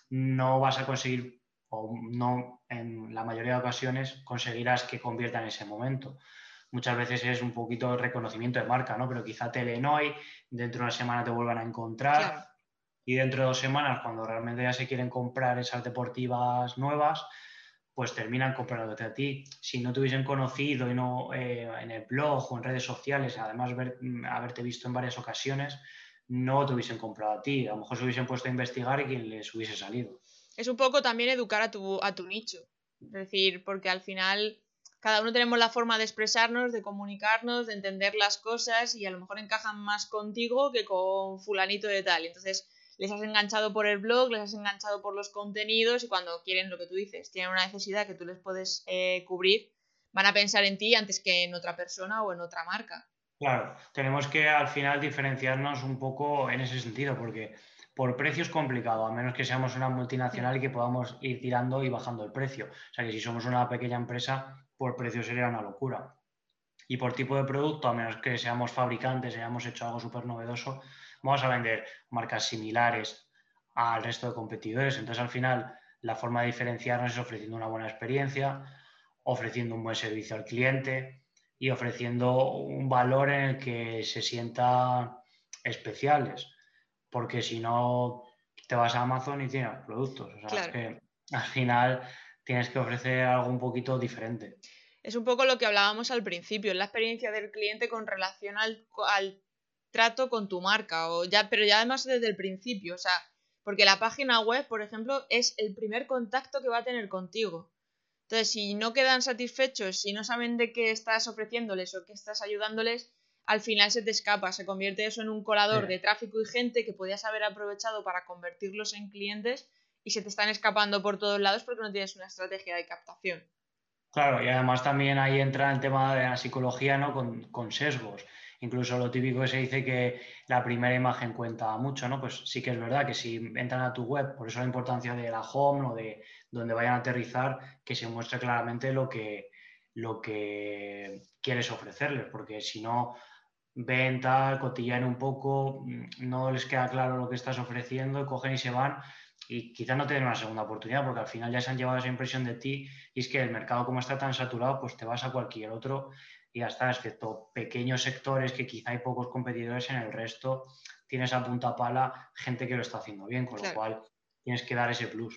no vas a conseguir, o no en la mayoría de ocasiones conseguirás que conviertan en ese momento. Muchas veces es un poquito de reconocimiento de marca, ¿no? Pero quizá te leen hoy, dentro de una semana te vuelvan a encontrar, Claro. y dentro de dos semanas, cuando realmente ya se quieren comprar esas deportivas nuevas, pues terminan comprándote a ti. Si no te hubiesen conocido y no eh, en el blog o en redes sociales, además ver, haberte visto en varias ocasiones, no te hubiesen comprado a ti. A lo mejor se hubiesen puesto a investigar y quien les hubiese salido. Es un poco también educar a tu, a tu nicho. Es decir, porque al final cada uno tenemos la forma de expresarnos, de comunicarnos, de entender las cosas y a lo mejor encajan más contigo que con fulanito de tal. Entonces les has enganchado por el blog, les has enganchado por los contenidos y cuando quieren lo que tú dices, tienen una necesidad que tú les puedes eh, cubrir, van a pensar en ti antes que en otra persona o en otra marca. Claro, tenemos que al final diferenciarnos un poco en ese sentido, porque por precio es complicado, a menos que seamos una multinacional y que podamos ir tirando y bajando el precio. O sea que si somos una pequeña empresa, por precio sería una locura. Y por tipo de producto, a menos que seamos fabricantes y hayamos hecho algo súper novedoso, vamos a vender marcas similares al resto de competidores. Entonces, al final, la forma de diferenciarnos es ofreciendo una buena experiencia, ofreciendo un buen servicio al cliente y ofreciendo un valor en el que se sientan especiales. Porque si no, te vas a Amazon y tienes productos. O sea, es Claro. que al final tienes que ofrecer algo un poquito diferente. Es un poco lo que hablábamos al principio, es la experiencia del cliente con relación al, al trato con tu marca, o ya, pero ya además desde el principio, o sea, porque la página web, por ejemplo, es el primer contacto que va a tener contigo. Entonces, si no quedan satisfechos, si no saben de qué estás ofreciéndoles o qué estás ayudándoles, al final se te escapa, se convierte eso en un Sí. colador de tráfico y gente que podías haber aprovechado para convertirlos en clientes y se te están escapando por todos lados porque no tienes una estrategia de captación. Claro, y además también ahí entra el tema de la psicología, ¿no? Con, con sesgos. Incluso lo típico que se dice que la primera imagen cuenta mucho, ¿no? Pues sí que es verdad que si entran a tu web, por eso la importancia de la home o de donde vayan a aterrizar, que se muestre claramente lo que, lo que quieres ofrecerles, porque si no ven tal, cotillan un poco, no les queda claro lo que estás ofreciendo, cogen y se van y quizás no te den una segunda oportunidad porque al final ya se han llevado esa impresión de ti y es que el mercado como está tan saturado pues te vas a cualquier otro y ya está, excepto pequeños sectores que quizá hay pocos competidores, en el resto tienes a punta pala gente que lo está haciendo bien, con lo Claro. cual tienes que dar ese plus.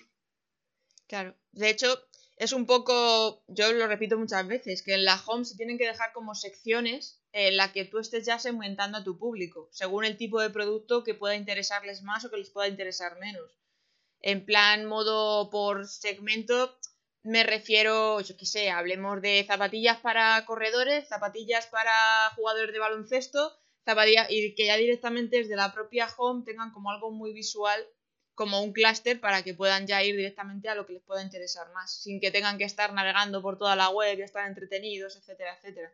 Claro. De hecho, es un poco, yo lo repito muchas veces, que en la home se tienen que dejar como secciones en la que tú estés ya segmentando a tu público, según el tipo de producto que pueda interesarles más o que les pueda interesar menos. En plan, modo por segmento, me refiero, yo qué sé, hablemos de zapatillas para corredores, zapatillas para jugadores de baloncesto, zapatillas, y que ya directamente desde la propia home tengan como algo muy visual, como un clúster para que puedan ya ir directamente a lo que les pueda interesar más, sin que tengan que estar navegando por toda la web y estar entretenidos, etcétera, etcétera.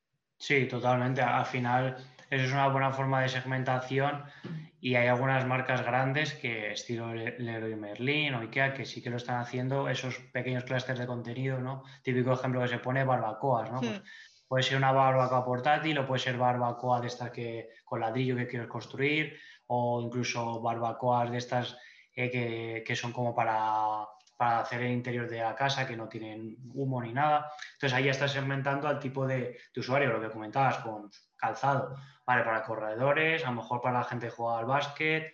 Sí, totalmente. Al final, eso es una buena forma de segmentación y hay algunas marcas grandes que, estilo Le- Leroy Merlin o IKEA, que sí que lo están haciendo, esos pequeños clústeres de contenido, ¿no? Típico ejemplo que se pone, barbacoas, ¿no? Pues Hmm. puede ser una barbacoa portátil o puede ser barbacoa de estas que, con ladrillo que quieres construir o incluso barbacoas de estas eh, que, que son como para, para hacer el interior de la casa, que no tienen humo ni nada. Entonces ahí ya estás segmentando al tipo de, de usuario, lo que comentabas con calzado. Vale, para corredores, a lo mejor para la gente que juega al básquet,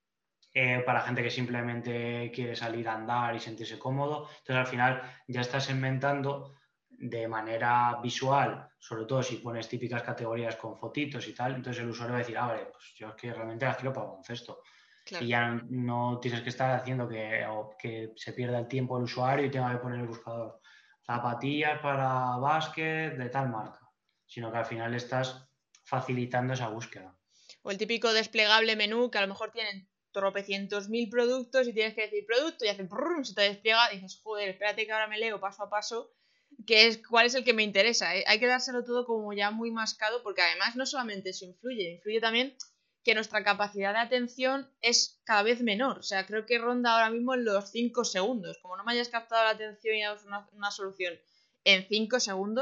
eh, para la gente que simplemente quiere salir a andar y sentirse cómodo. Entonces al final ya estás segmentando de manera visual, sobre todo si pones típicas categorías con fotitos y tal, entonces el usuario va a decir, ah, vale, pues yo es que realmente las quiero para baloncesto. Y Claro. ya no tienes que estar haciendo que, que se pierda el tiempo el usuario y tenga que poner el buscador zapatillas para básquet de tal marca, sino que al final estás facilitando esa búsqueda. O el típico desplegable menú que a lo mejor tienen tropecientos mil productos y tienes que decir producto y hace brrr, se te despliega y dices, joder, espérate que ahora me leo paso a paso que es cuál es el que me interesa. ¿Eh? Hay que dárselo todo como ya muy mascado porque además no solamente eso influye, influye también que nuestra capacidad de atención es cada vez menor. O sea, creo que ronda ahora mismo en los cinco segundos. Como no me hayas captado la atención y dado una, una solución en cinco segundos,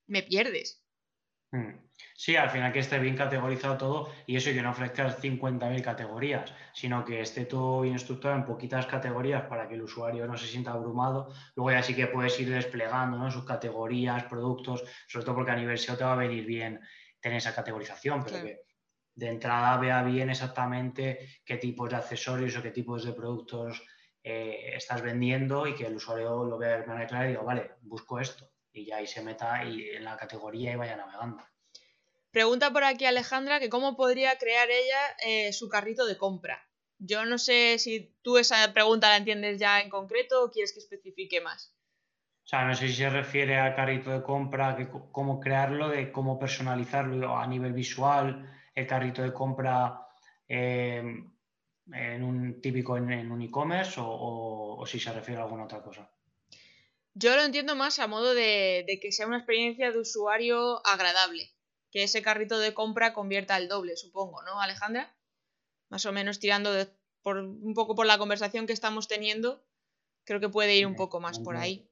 me pierdes. Sí, al final que esté bien categorizado todo y eso, que no ofrezcas cincuenta mil categorías, sino que esté todo bien estructurado en poquitas categorías para que el usuario no se sienta abrumado. Luego ya sí que puedes ir desplegando, ¿no?, sus categorías, productos, sobre todo porque a nivel S E O te va a venir bien tener esa categorización, pero Claro. que de entrada vea bien exactamente qué tipos de accesorios o qué tipos de productos eh, estás vendiendo y que el usuario lo vea de manera clara y diga, vale, busco esto. Y ya ahí se meta y en la categoría y vaya navegando. Pregunta por aquí Alejandra que cómo podría crear ella eh, su carrito de compra. Yo no sé si tú esa pregunta la entiendes ya en concreto o quieres que especifique más. O sea, no sé si se refiere al carrito de compra, que, cómo crearlo, de cómo personalizarlo a nivel visual, el carrito de compra eh, en un típico en, en un e-commerce o, o, o si se refiere a alguna otra cosa. Yo lo entiendo más a modo de, de que sea una experiencia de usuario agradable. Que ese carrito de compra convierta al doble, supongo, ¿no, Alejandra? Más o menos tirando de, por, un poco por la conversación que estamos teniendo, creo que puede ir un poco más por ahí.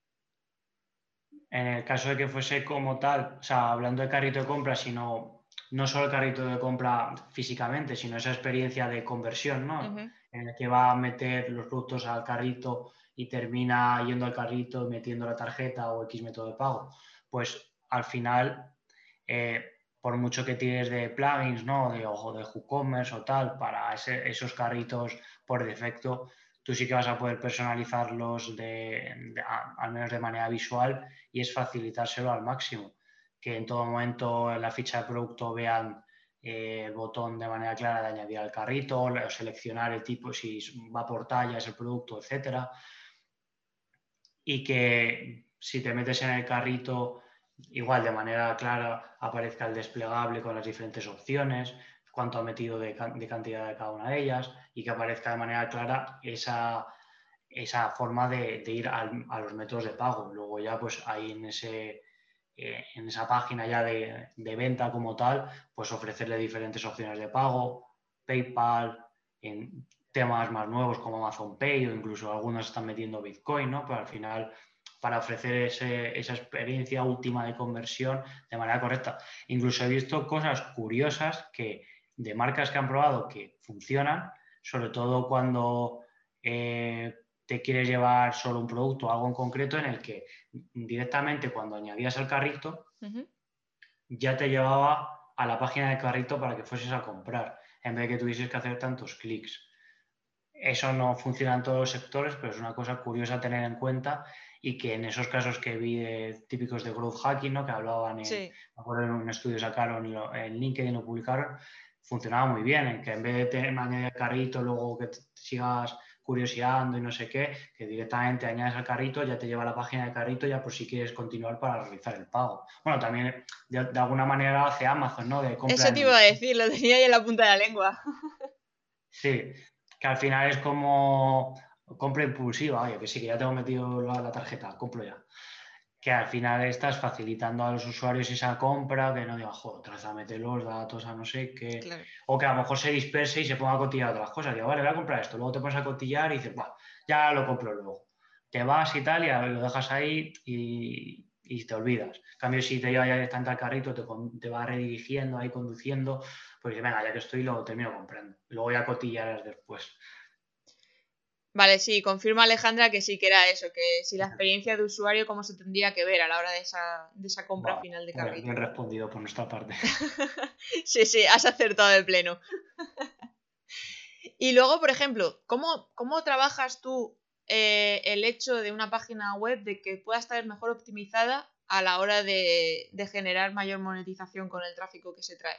En el caso de que fuese como tal, o sea, hablando de carrito de compra, sino no solo el carrito de compra físicamente, sino esa experiencia de conversión, ¿no? Uh-huh. En el que va a meter los productos al carrito y termina yendo al carrito y metiendo la tarjeta o X método de pago. Pues al final, eh, por mucho que tires de plugins, ¿no?, de, o de WooCommerce o tal, para ese, esos carritos por defecto, tú sí que vas a poder personalizarlos de, de, a, al menos de manera visual, y es facilitárselo al máximo. Que en todo momento en la ficha de producto vean eh, el botón de manera clara de añadir al carrito, o seleccionar el tipo, si va por tallas el producto, etcétera. Y que si te metes en el carrito, igual de manera clara aparezca el desplegable con las diferentes opciones, cuánto ha metido de, de cantidad de cada una de ellas, y que aparezca de manera clara esa, esa forma de, de ir al, a los métodos de pago. Luego ya pues ahí en, ese, eh, en esa página ya de, de venta como tal, pues ofrecerle diferentes opciones de pago, PayPal, en temas más nuevos como Amazon Pay, o incluso algunos están metiendo Bitcoin, ¿no? Pero al final, para ofrecer ese, esa experiencia última de conversión de manera correcta. Incluso he visto cosas curiosas que, de marcas que han probado que funcionan, sobre todo cuando eh, te quieres llevar solo un producto o algo en concreto, en el que directamente cuando añadías el carrito, uh-huh, ya te llevaba a la página de carrito para que fueses a comprar, en vez de que tuvieses que hacer tantos clics. Eso no funciona en todos los sectores, pero es una cosa curiosa a tener en cuenta, y que en esos casos que vi de, típicos de growth hacking, ¿no?, que hablaban en, sí, me acuerdo en un estudio sacaron, en LinkedIn lo publicaron, funcionaba muy bien, en que en vez de tener añadir el carrito, luego que te sigas curioseando y no sé qué, que directamente añades al carrito, ya te lleva a la página de carrito ya por si quieres continuar para realizar el pago. Bueno, también de, de alguna manera hace Amazon, ¿no?, de compra. Eso te iba a decir, lo tenía ahí en la punta de la lengua. Sí, que al final es como compra impulsiva, oye, que sí, que ya tengo metido la, la tarjeta, compro ya. Que al final estás facilitando a los usuarios esa compra, que no diga, joder, otra vez a meter los datos, a no sé qué. Claro. O que a lo mejor se disperse y se ponga a cotillar otras cosas. Digo, vale, voy a comprar esto. Luego te pones a cotillar y dices, bueno, ya lo compro luego. Te vas y tal, y lo dejas ahí y, y te olvidas. En cambio, si te lleva ya directamente al carrito, te, te va redirigiendo ahí, conduciendo, pues venga, ya que estoy, lo termino comprando. Luego ya cotillarás después. Vale, sí, confirma Alejandra que sí, que era eso, que si la experiencia de usuario, cómo se tendría que ver a la hora de esa, de esa compra vale, final de carrito. Bien, bien respondido por nuestra parte. Sí, sí, has acertado de pleno. Y luego, por ejemplo, ¿cómo, cómo trabajas tú eh, el hecho de una página web de que pueda estar mejor optimizada a la hora de, de generar mayor monetización con el tráfico que se trae?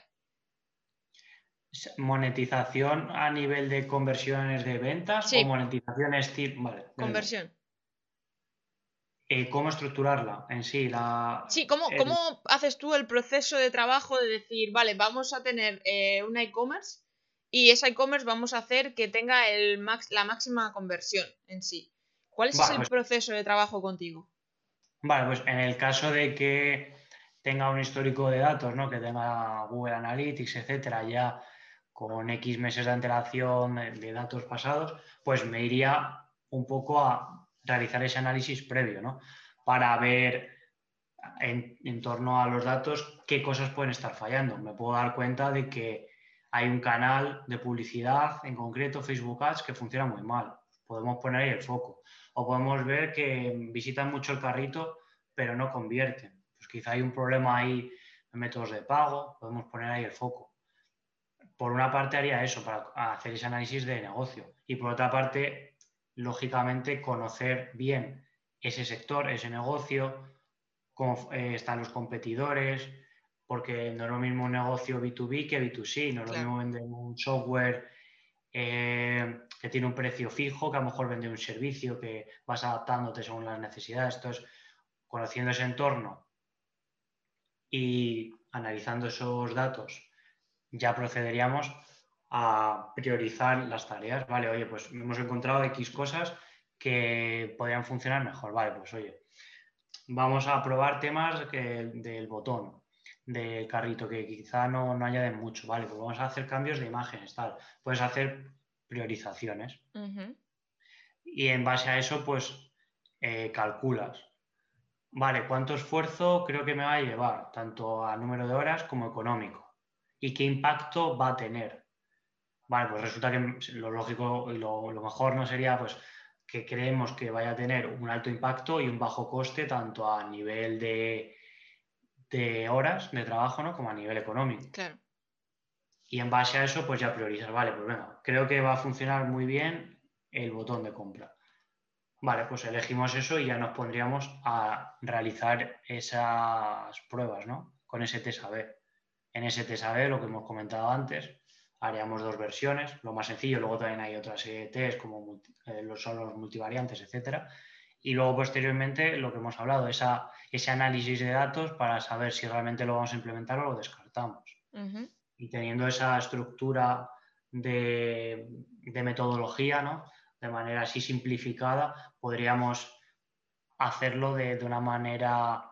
¿Monetización a nivel de conversiones de ventas sí. o monetización estilo? Vale, conversión. Eh, ¿Cómo estructurarla en sí? La, sí, ¿cómo, el... ¿cómo haces tú el proceso de trabajo de decir, vale, vamos a tener eh, una e-commerce y esa e-commerce vamos a hacer que tenga el max, la máxima conversión en sí? ¿Cuál es vale, el pues, proceso de trabajo contigo? Vale, pues en el caso de que tenga un histórico de datos, ¿no?, que tenga Google Analytics, etcétera, ya con X meses de antelación de datos pasados, pues me iría un poco a realizar ese análisis previo, ¿no?, para ver en, en torno a los datos, qué cosas pueden estar fallando. Me puedo dar cuenta de que hay un canal de publicidad, en concreto Facebook Ads, que funciona muy mal. Podemos poner ahí el foco. O podemos ver que visitan mucho el carrito, pero no convierten. Pues quizá hay un problema ahí en métodos de pago, podemos poner ahí el foco. Por una parte haría eso, para hacer ese análisis de negocio. Y por otra parte, lógicamente, conocer bien ese sector, ese negocio, cómo eh, están los competidores, porque no es lo mismo un negocio B dos B que B dos C, no es lo Claro. mismo vender un software eh, que tiene un precio fijo, que a lo mejor vende un servicio que vas adaptándote según las necesidades. Entonces, conociendo ese entorno y analizando esos datos, ya procederíamos a priorizar las tareas. Vale, oye, pues hemos encontrado X cosas que podrían funcionar mejor. Vale, pues oye, vamos a probar temas que, del botón, del carrito, que quizá no, no añaden mucho. Vale, pues vamos a hacer cambios de imágenes, tal. Puedes hacer priorizaciones. Uh-huh. Y en base a eso, pues eh, calculas. Vale, ¿cuánto esfuerzo creo que me va a llevar? Tanto a número de horas como económico. ¿Y qué impacto va a tener? Vale, pues resulta que lo lógico y lo, lo mejor no sería pues que creemos que vaya a tener un alto impacto y un bajo coste tanto a nivel de, de horas de trabajo, ¿no? Como a nivel económico. Claro. Y en base a eso, pues ya priorizas, vale, pues venga, creo que va a funcionar muy bien el botón de compra. Vale, pues elegimos eso y ya nos pondríamos a realizar esas pruebas, ¿no? Con ese test A B. En ese test A B, lo que hemos comentado antes, haríamos dos versiones, lo más sencillo, luego también hay otras serie de test como eh, son los multivariantes, etcétera. Y luego posteriormente lo que hemos hablado, esa, ese análisis de datos para saber si realmente lo vamos a implementar o lo descartamos. Uh-huh. Y teniendo esa estructura de, de metodología, ¿no? De manera así simplificada, podríamos hacerlo de, de una manera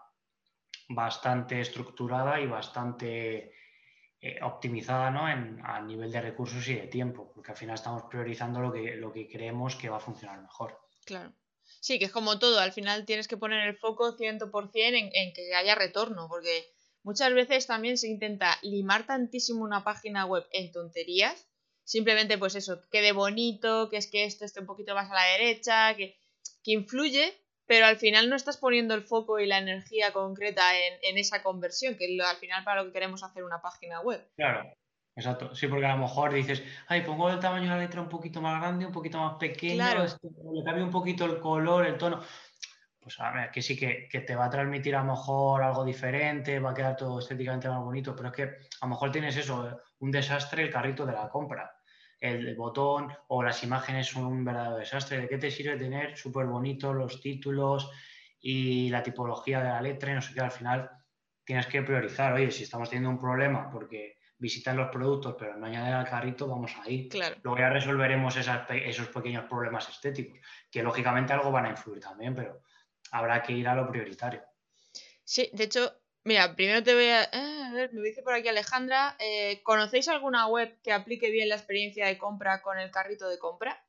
bastante estructurada y bastante eh, optimizada, ¿no? En, a nivel de recursos y de tiempo, porque al final estamos priorizando lo que, lo que creemos que va a funcionar mejor. Claro. Sí, que es como todo, al final tienes que poner el foco cien por ciento en, en que haya retorno, porque muchas veces también se intenta limar tantísimo una página web en tonterías, simplemente pues eso, quede bonito, que es que esto esté un poquito más a la derecha, que, que influye, pero al final no estás poniendo el foco y la energía concreta en, en esa conversión, que es lo, al final para lo que queremos hacer una página web. Claro, exacto. Sí, porque a lo mejor dices, ay, pongo el tamaño de la letra un poquito más grande, un poquito más pequeño, Claro, esto, le cambio un poquito el color, el tono. Pues a ver, que sí que, que te va a transmitir a lo mejor algo diferente, va a quedar todo estéticamente más bonito, pero es que a lo mejor tienes eso, un desastre el carrito de la compra. El, el botón o las imágenes son un verdadero desastre. ¿De qué te sirve tener súper bonitos los títulos y la tipología de la letra y no sé qué? Al final tienes que priorizar. Oye, si estamos teniendo un problema porque visitan los productos pero no añaden al carrito, vamos ahí. claro. Luego ya resolveremos esas, esos pequeños problemas estéticos, que lógicamente algo van a influir también, pero habrá que ir a lo prioritario. Sí, de hecho, mira, primero te voy a... A ver, me dice por aquí Alejandra, eh, ¿conocéis alguna web que aplique bien la experiencia de compra con el carrito de compra?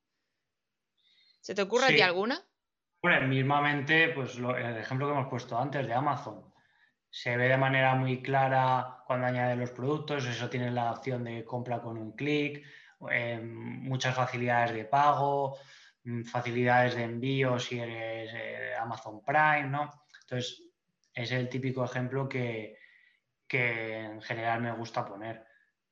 ¿Se te ocurre a ti Sí, alguna? bueno, mismamente, pues lo, el ejemplo que hemos puesto antes de Amazon. Se ve de manera muy clara cuando añade los productos, eso tiene la opción de compra con un clic, eh, muchas facilidades de pago, facilidades de envío si eres eh, Amazon Prime, ¿no? Entonces, es el típico ejemplo que, que en general me gusta poner.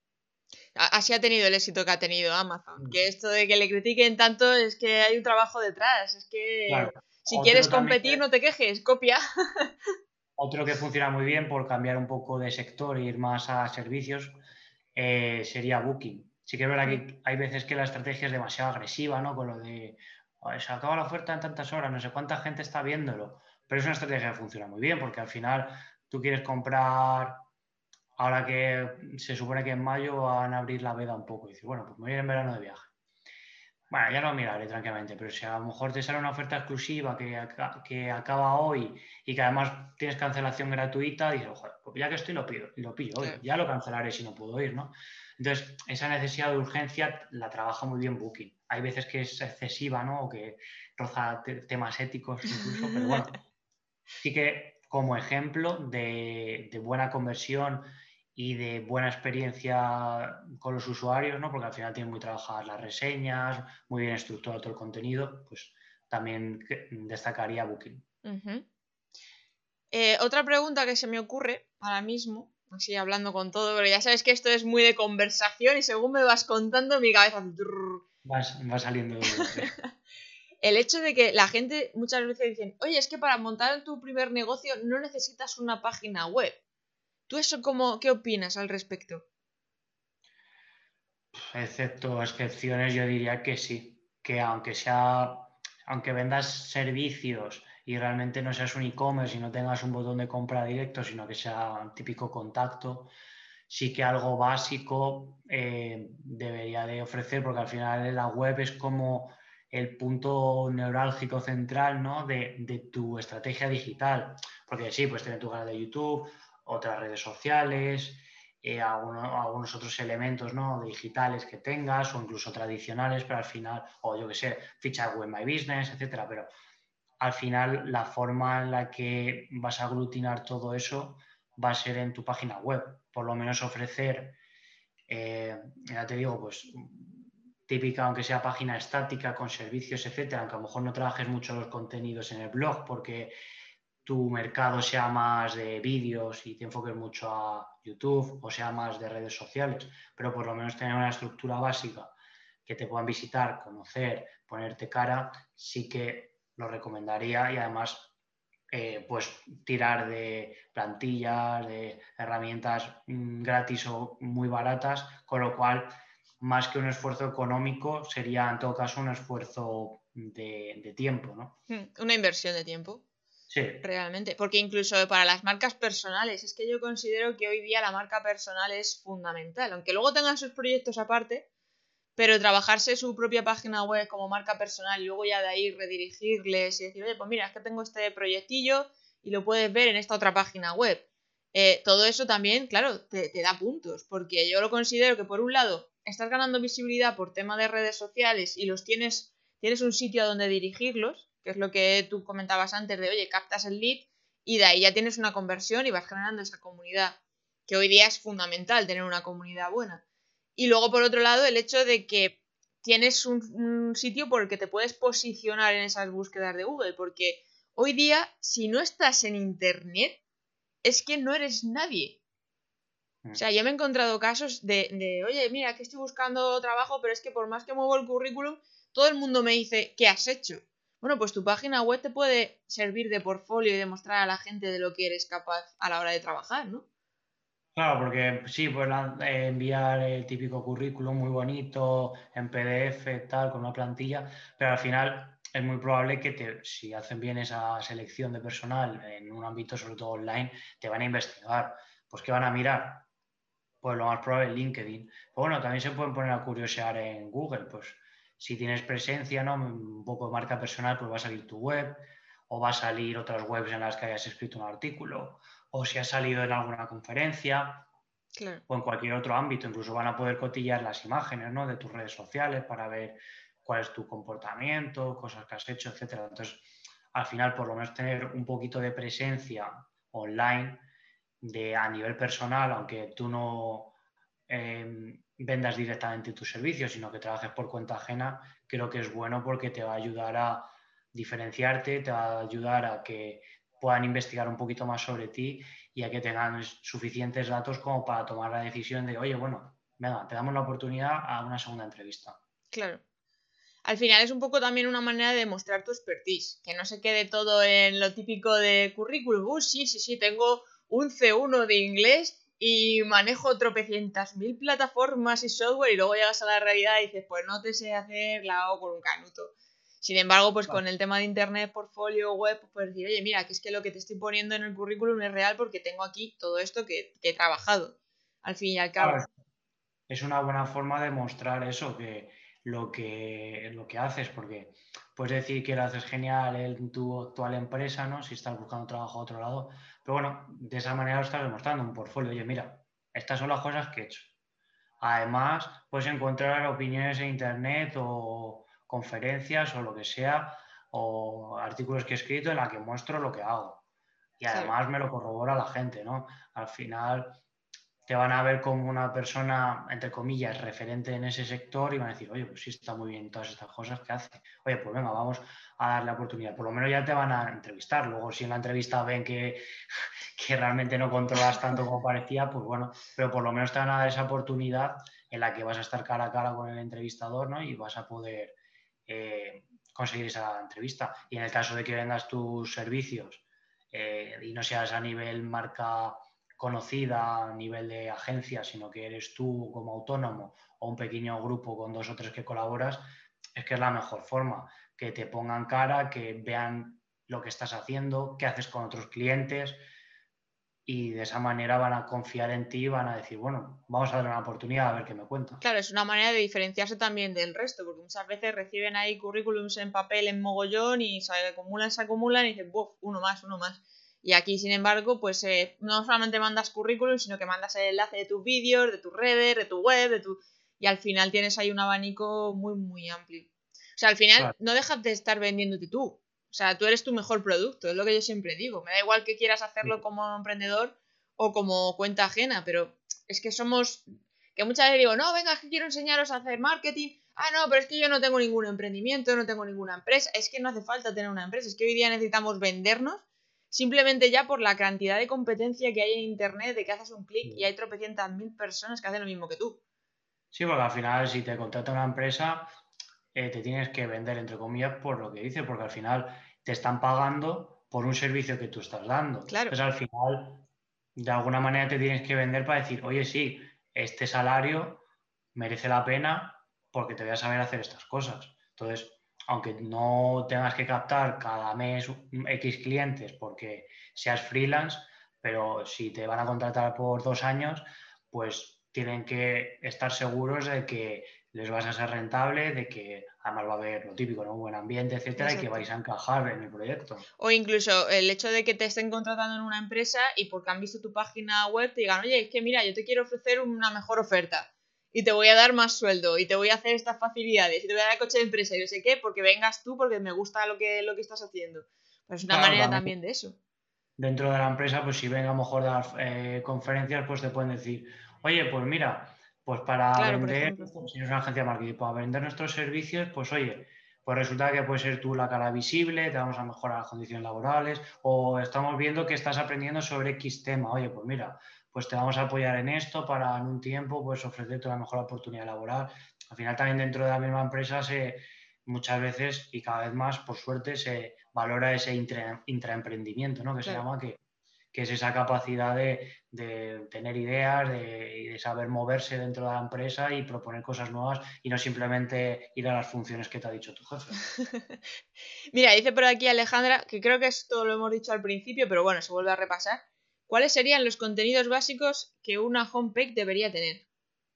Así ha tenido el éxito que ha tenido Amazon. Que esto de que le critiquen tanto es que hay un trabajo detrás. Es Claro, que si quieres otro también, competir, no te quejes, copia. otro que funciona muy bien por cambiar un poco de sector e ir más a servicios eh, sería Booking. Sí que es verdad que hay veces que la estrategia es demasiado agresiva, ¿no? Con lo de se acaba la oferta en tantas horas, no sé cuánta gente está viéndolo, pero es una estrategia que funciona muy bien porque al final tú quieres comprar, ahora que se supone que en mayo van a abrir la veda un poco y dices, bueno, pues me voy a ir en verano de viaje. Bueno, ya lo miraré tranquilamente, pero si a lo mejor te sale una oferta exclusiva que, aca- que acaba hoy y que además tienes cancelación gratuita, dices, joder, pues ya que estoy lo pido, y lo pillo hoy, Claro. ya lo cancelaré si no puedo ir, ¿no? Entonces, esa necesidad de urgencia la trabaja muy bien Booking. Hay veces que es excesiva, ¿no? O que roza te- temas éticos incluso, pero bueno, sí que como ejemplo de, de buena conversión y de buena experiencia con los usuarios, ¿no? Porque al final tienen muy trabajadas las reseñas, muy bien estructurado todo el contenido, pues también destacaría Booking. Uh-huh. Eh, otra pregunta que se me ocurre ahora mismo, así hablando con todo, pero ya sabes que esto es muy de conversación y según me vas contando mi cabeza hace trrr. Vas, va saliendo de bucle. El hecho de que la gente muchas veces dicen, oye, es que para montar tu primer negocio no necesitas una página web. ¿Tú eso cómo, qué opinas al respecto? Excepto excepciones, yo diría que sí, que aunque sea, aunque vendas servicios y realmente no seas un e-commerce y no tengas un botón de compra directo, sino que sea un típico contacto, sí que algo básico eh, debería de ofrecer, porque al final la web es como el punto neurálgico central, ¿no? de, de tu estrategia digital. Porque sí, pues tener tu canal de YouTube, otras redes sociales, eh, algunos, algunos otros elementos, ¿no? digitales que tengas o incluso tradicionales, pero al final, o yo qué sé, ficha Web My Business, etcétera. Pero al final la forma en la que vas a aglutinar todo eso va a ser en tu página web. Por lo menos ofrecer, eh, ya te digo, pues típica, aunque sea página estática con servicios, etcétera, aunque a lo mejor no trabajes mucho los contenidos en el blog porque tu mercado sea más de vídeos y te enfoques mucho a YouTube o sea más de redes sociales, pero por lo menos tener una estructura básica que te puedan visitar, conocer, ponerte cara, sí que lo recomendaría y además eh, pues tirar de plantillas, de herramientas mmm, gratis o muy baratas, con lo cual más que un esfuerzo económico sería en todo caso un esfuerzo de, de tiempo, ¿no? Una inversión de tiempo. Sí. Realmente, porque incluso para las marcas personales, es que yo considero que hoy día la marca personal es fundamental, aunque luego tengan sus proyectos aparte, pero trabajarse su propia página web como marca personal y luego ya de ahí redirigirles y decir, oye, pues mira, es que tengo este proyectillo y lo puedes ver en esta otra página web. Eh, todo eso también, claro, te, te da puntos, porque yo lo considero que por un lado estás ganando visibilidad por tema de redes sociales y los tienes, tienes un sitio a donde dirigirlos, que es lo que tú comentabas antes de, oye, captas el lead y de ahí ya tienes una conversión y vas generando esa comunidad, que hoy día es fundamental tener una comunidad buena. Y luego, por otro lado, el hecho de que tienes un, un, sitio por el que te puedes posicionar en esas búsquedas de Google, porque hoy día, si no estás en Internet, es que no eres nadie. O sea, yo me he encontrado casos de, de, oye, mira, que estoy buscando trabajo, pero es que por más que muevo el currículum, todo el mundo me dice, ¿qué has hecho? Bueno, pues tu página web te puede servir de portfolio y demostrar a la gente de lo que eres capaz a la hora de trabajar, ¿no? Claro, porque sí, pues eh, enviar el típico currículum muy bonito en P D F, tal, con una plantilla, pero al final es muy probable que te, si hacen bien esa selección de personal en un ámbito, sobre todo online, te van a investigar. Pues ¿qué van a mirar? Pues lo más probable es LinkedIn. Pero bueno, también se pueden poner a curiosear en Google, pues si tienes presencia, ¿no? Un poco de marca personal, pues va a salir tu web, o va a salir otras webs en las que hayas escrito un artículo, o si has salido en alguna conferencia, Claro. o en cualquier otro ámbito. Incluso van a poder cotillar las imágenes, ¿no? De tus redes sociales para ver cuál es tu comportamiento, cosas que has hecho, etcétera. Entonces, al final, por lo menos tener un poquito de presencia online de, a nivel personal, aunque tú no eh, vendas directamente tus servicios, sino que trabajes por cuenta ajena, creo que es bueno porque te va a ayudar a diferenciarte, te va a ayudar a que puedan investigar un poquito más sobre ti y a que tengan suficientes datos como para tomar la decisión de, oye, bueno, venga, te damos la oportunidad a una segunda entrevista. Claro. Al final es un poco también una manera de mostrar tu expertise, que no se quede todo en lo típico de currículum. Uh, sí, sí, sí, tengo un C uno de inglés y manejo tropecientas mil plataformas y software y luego llegas a la realidad y dices, pues no te sé hacer la O con un canuto. Sin embargo, pues con el tema de internet, portfolio, web, pues puedes decir, oye, mira, que es que lo que te estoy poniendo en el currículum es real porque tengo aquí todo esto que, que he trabajado, al fin y al cabo. Claro, es una buena forma de mostrar eso, que lo que, lo que haces, porque puedes decir que lo haces genial en tu actual empresa, ¿no? Si estás buscando trabajo a otro lado, pero bueno, de esa manera lo estás demostrando, un portfolio. Oye, mira, estas son las cosas que he hecho. Además, puedes encontrar opiniones en internet o conferencias o lo que sea, o artículos que he escrito en la que muestro lo que hago. y Claro. además me lo corrobora la gente, ¿no? Al final te van a ver como una persona, entre comillas, referente en ese sector y van a decir, oye, pues sí está muy bien todas estas cosas que hace. Oye, pues venga, vamos a darle la oportunidad. Por lo menos ya te van a entrevistar. Luego, si en la entrevista ven que, que realmente no controlas tanto como parecía, pues bueno, pero por lo menos te van a dar esa oportunidad en la que vas a estar cara a cara con el entrevistador, ¿no? Y vas a poder eh, conseguir esa entrevista. Y en el caso de que vendas tus servicios eh, y no seas a nivel marca conocida a nivel de agencia, sino que eres tú como autónomo o un pequeño grupo con dos o tres que colaboras, es que es la mejor forma, que te pongan cara, que vean lo que estás haciendo, qué haces con otros clientes y de esa manera van a confiar en ti y van a decir, bueno, vamos a darle una oportunidad a ver qué me cuenta. Claro, es una manera de diferenciarse también del resto, porque muchas veces reciben ahí currículums en papel en mogollón y se acumulan, se acumulan y dicen, ¡buf! Uno más, uno más. Y aquí, sin embargo, pues eh, no solamente mandas currículum, sino que mandas el enlace de tus vídeos, de tus redes, de tu web, de tu... y al final tienes ahí un abanico muy, muy amplio. O sea, al final Claro. no dejas de estar vendiéndote tú. O sea, tú eres tu mejor producto, es lo que yo siempre digo. Me da igual que quieras hacerlo como emprendedor o como cuenta ajena, pero es que somos... Que muchas veces digo, no, venga, es que quiero enseñaros a hacer marketing. Ah, no, pero es que yo no tengo ningún emprendimiento, no tengo ninguna empresa. Es que no hace falta tener una empresa, es que hoy día necesitamos vendernos simplemente ya por la cantidad de competencia que hay en internet, de que haces un clic y hay tropecientas mil personas que hacen lo mismo que tú. Sí, porque al final si te contrata una empresa, eh, te tienes que vender, entre comillas, por lo que dice, porque al final te están pagando por un servicio que tú estás dando. Claro, Entonces, al final, de alguna manera te tienes que vender para decir, oye, sí, este salario merece la pena porque te voy a saber hacer estas cosas. Entonces, aunque no tengas que captar cada mes X clientes porque seas freelance, pero si te van a contratar por dos años, pues tienen que estar seguros de que les vas a ser rentable, de que además va a haber lo típico, ¿no? Un buen ambiente, etcétera, y que exacto. vais a encajar en el proyecto. O incluso el hecho de que te estén contratando en una empresa y porque han visto tu página web te digan, oye, es que mira, yo te quiero ofrecer una mejor oferta y te voy a dar más sueldo y te voy a hacer estas facilidades y te voy a dar coche de empresa y no sé qué, porque vengas tú, porque me gusta lo que, lo que estás haciendo. Pues es una Claro, manera también también de eso. dentro de la empresa, pues si ven a lo mejor dar eh, conferencias, pues te pueden decir, oye, pues mira, pues para Claro, por vender, ejemplo. si eres una agencia de marketing, para vender nuestros servicios, pues oye, pues resulta que puedes ser tú la cara visible, te vamos a mejorar las condiciones laborales, o estamos viendo que estás aprendiendo sobre X tema, oye, pues mira, pues te vamos a apoyar en esto para en un tiempo pues ofrecerte una mejor oportunidad laboral. Al final también dentro de la misma empresa se muchas veces y cada vez más, por suerte, se valora ese intra, intraemprendimiento, ¿no? Que se Claro. llama, que, que es esa capacidad de, de tener ideas, de, de, saber moverse dentro de la empresa y proponer cosas nuevas y no simplemente ir a las funciones que te ha dicho tu jefe. Mira, dice por aquí Alejandra, que creo que esto lo hemos dicho al principio, pero bueno, se vuelve a repasar. ¿Cuáles serían los contenidos básicos que una homepage debería tener?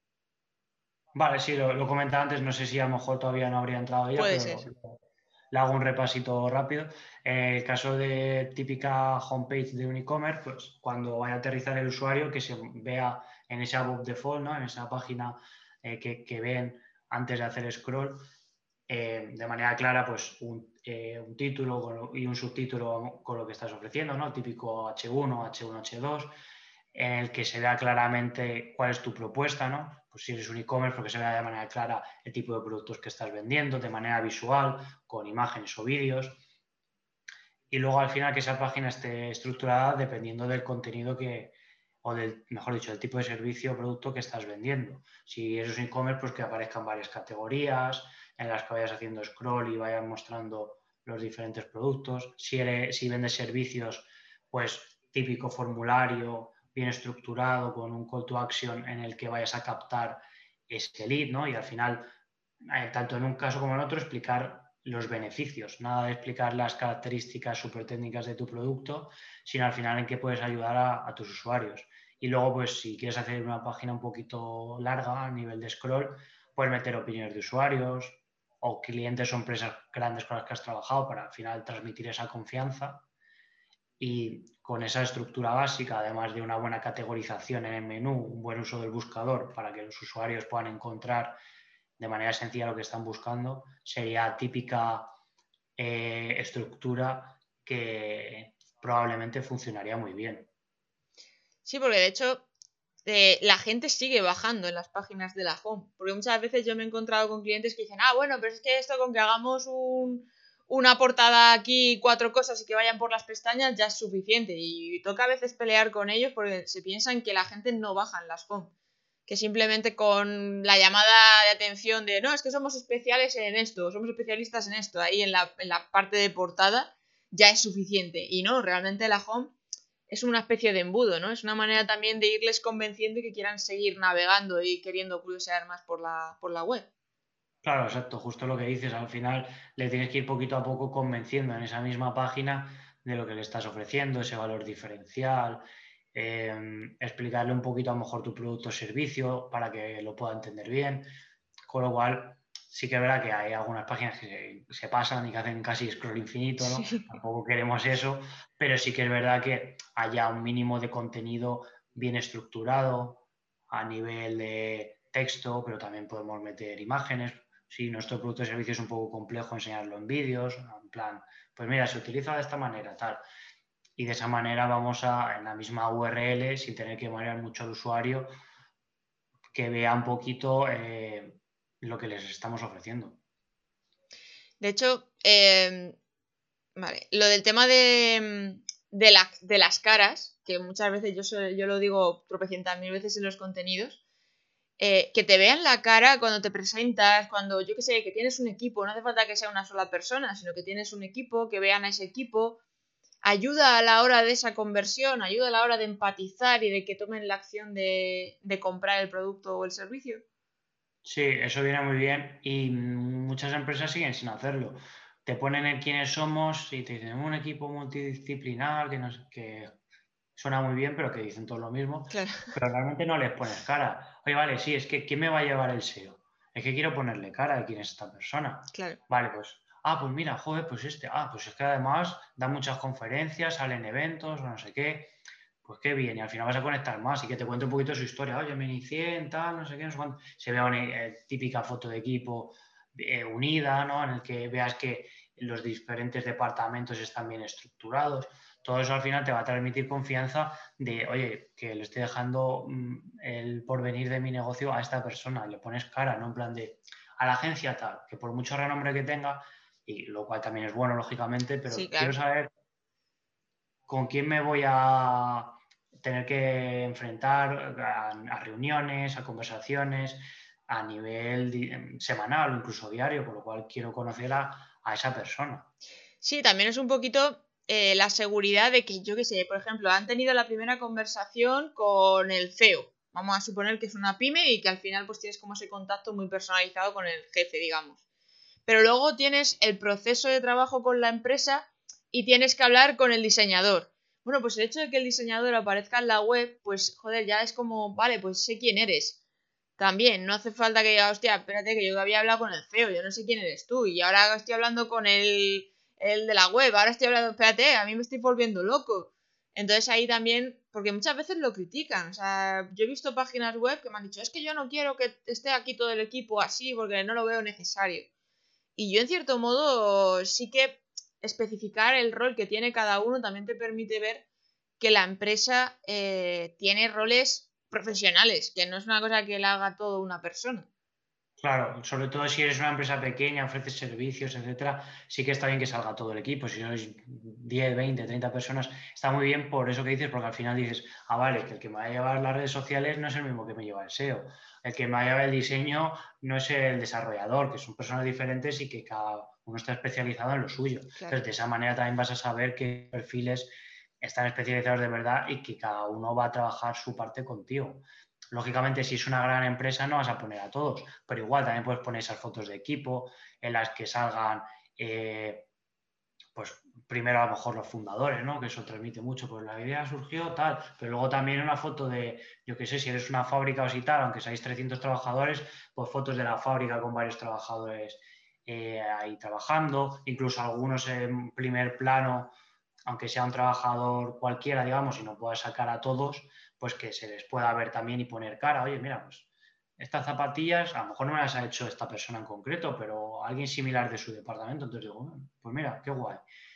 Vale, sí, lo, lo comentaba antes, no sé si a lo mejor todavía no habría entrado ella, Puede pero lo, ser. lo, le hago un repasito rápido. En el caso de típica homepage de un e-commerce, pues cuando vaya a aterrizar el usuario, que se vea en esa above default, ¿no? En esa página eh, que, que ven antes de hacer scroll, eh, de manera clara, pues un, eh, un título con lo, y un subtítulo con lo que estás ofreciendo, ¿no? Típico hache uno, hache uno, hache dos, en el que se vea claramente cuál es tu propuesta, ¿no? Pues si eres un e-commerce, porque se vea de manera clara el tipo de productos que estás vendiendo, de manera visual, con imágenes o vídeos. Y luego al final que esa página esté estructurada dependiendo del contenido que, o del, mejor dicho, del tipo de servicio o producto que estás vendiendo. Si eres un e-commerce, pues que aparezcan varias categorías en las que vayas haciendo scroll y vayan mostrando los diferentes productos. Si, eres, si vendes servicios, pues típico formulario bien estructurado con un call to action en el que vayas a captar ese lead, ¿no? Y al final, eh, tanto en un caso como en otro, explicar los beneficios, nada de explicar las características súper técnicas de tu producto, sino al final en qué puedes ayudar a, a tus usuarios. Y luego, pues si quieres hacer una página un poquito larga a nivel de scroll, puedes meter opiniones de usuarios o clientes o empresas grandes con las que has trabajado para al final transmitir esa confianza. Y con esa estructura básica, además de una buena categorización en el menú, un buen uso del buscador para que los usuarios puedan encontrar de manera sencilla lo que están buscando, sería típica eh, estructura que, probablemente funcionaría muy bien. Sí, porque de hecho eh, la gente sigue bajando en las páginas de la home. Porque muchas veces yo me he encontrado con clientes que dicen, ah, bueno, pero es que esto con que hagamos un, una portada aquí, cuatro cosas y que vayan por las pestañas ya es suficiente. Y toca a veces pelear con ellos porque se piensan que la gente no baja en las home. Que simplemente con la llamada de atención de, no, es que somos especiales en esto, somos especialistas en esto, ahí en la, en la parte de portada, ya es suficiente. Y no, realmente la home es una especie de embudo, ¿no? Es una manera también de irles convenciendo y que quieran seguir navegando y queriendo curiosear más por la, por la web. Claro, exacto, justo lo que dices, al final le tienes que ir poquito a poco convenciendo en esa misma página de lo que le estás ofreciendo, ese valor diferencial, eh, explicarle un poquito a lo mejor tu producto o servicio para que lo pueda entender bien, con lo cual sí que es verdad que hay algunas páginas que se, se pasan y que hacen casi scroll infinito, ¿no? Tampoco queremos eso, pero sí que es verdad que haya un mínimo de contenido bien estructurado a nivel de texto, pero también podemos meter imágenes. Si nuestro producto o servicio es un poco complejo, enseñarlo en vídeos, en plan, pues mira, se utiliza de esta manera, tal. Y de esa manera vamos a, en la misma U R L, sin tener que marear mucho al usuario, que vea un poquito eh, lo que les estamos ofreciendo. De hecho, eh, vale, lo del tema de, de, la, de las caras, que muchas veces yo, so- yo lo digo tropecientas mil veces en los contenidos, eh, que te vean la cara cuando te presentas, cuando yo que sé, que tienes un equipo, no hace falta que sea una sola persona, sino que tienes un equipo, que vean a ese equipo, ayuda a la hora de esa conversión, ayuda a la hora de empatizar y de que tomen la acción de, de comprar el producto o el servicio. Sí, eso viene muy bien y muchas empresas siguen sin hacerlo. Te ponen en quiénes somos y te dicen un equipo multidisciplinar que, nos, que suena muy bien, pero que dicen todo lo mismo, Claro, pero realmente no les pones cara. Oye, vale, sí, es que ¿quién me va a llevar el S E O? Es que quiero ponerle cara de quién es esta persona. claro, Vale, pues, ah, pues mira, joder, pues este, ah, pues es que además da muchas conferencias, salen eventos o no sé qué. Pues qué bien, y al final vas a conectar más y que te cuente un poquito su historia. Oye, me inicié en tal, no sé qué, no sé cuánto. Se vea una eh, típica foto de equipo eh, unida, ¿no? En el que veas que los diferentes departamentos están bien estructurados. Todo eso al final te va a transmitir confianza de, oye, que le estoy dejando mm, el porvenir de mi negocio a esta persona. Le pones cara, ¿no? En plan de, a la agencia tal, que por mucho renombre que tenga, y lo cual también es bueno, lógicamente, sí, pero quiero claro. saber con quién me voy a tener que enfrentar a, a reuniones, a conversaciones, a nivel semanal o incluso diario, por lo cual quiero conocer a, a esa persona. Sí, también es un poquito eh, la seguridad de que, yo qué sé, por ejemplo, han tenido la primera conversación con el C E O. Vamos a suponer que es una pyme y que al final pues tienes como ese contacto muy personalizado con el jefe, digamos. Pero luego tienes el proceso de trabajo con la empresa y tienes que hablar con el diseñador. Bueno, pues el hecho de que el diseñador aparezca en la web, pues joder, ya es como, vale, pues sé quién eres. También, no hace falta que diga, hostia, espérate que yo había hablado con el C E O, yo no sé quién eres tú, y ahora estoy hablando con el, el de la web, ahora estoy hablando, espérate, a mí me estoy volviendo loco. Entonces ahí también, porque muchas veces lo critican, o sea, yo he visto páginas web que me han dicho, es que yo no quiero que esté aquí todo el equipo así porque no lo veo necesario. Y yo en cierto modo sí que especificar el rol que tiene cada uno también te permite ver que la empresa eh, tiene roles profesionales, que no es una cosa que la haga todo una persona. Claro, sobre todo si eres una empresa pequeña, ofreces servicios, etcétera, sí que está bien que salga todo el equipo. Si sois diez, veinte, treinta personas, está muy bien por eso que dices, porque al final dices, ah, vale, que el que me va a llevar las redes sociales no es el mismo que me lleva el S E O. El que me va a llevar el diseño no es el desarrollador, que son personas diferentes y que cada uno está especializado en lo suyo. Claro. Entonces, de esa manera también vas a saber qué perfiles están especializados de verdad y que cada uno va a trabajar su parte contigo. Lógicamente, si es una gran empresa, no vas a poner a todos, pero igual también puedes poner esas fotos de equipo en las que salgan, eh, pues primero a lo mejor los fundadores, ¿no? Que eso transmite mucho, pues la idea surgió tal, pero luego también una foto de, yo qué sé, si eres una fábrica o si tal, aunque seáis trescientos trabajadores, pues fotos de la fábrica con varios trabajadores eh, ahí trabajando, incluso algunos en primer plano aunque sea un trabajador cualquiera, digamos, y no pueda sacar a todos, pues que se les pueda ver también y poner cara. Oye, mira, pues estas zapatillas, a lo mejor no me las ha hecho esta persona en concreto, pero alguien similar de su departamento. Entonces digo, pues mira, qué guay.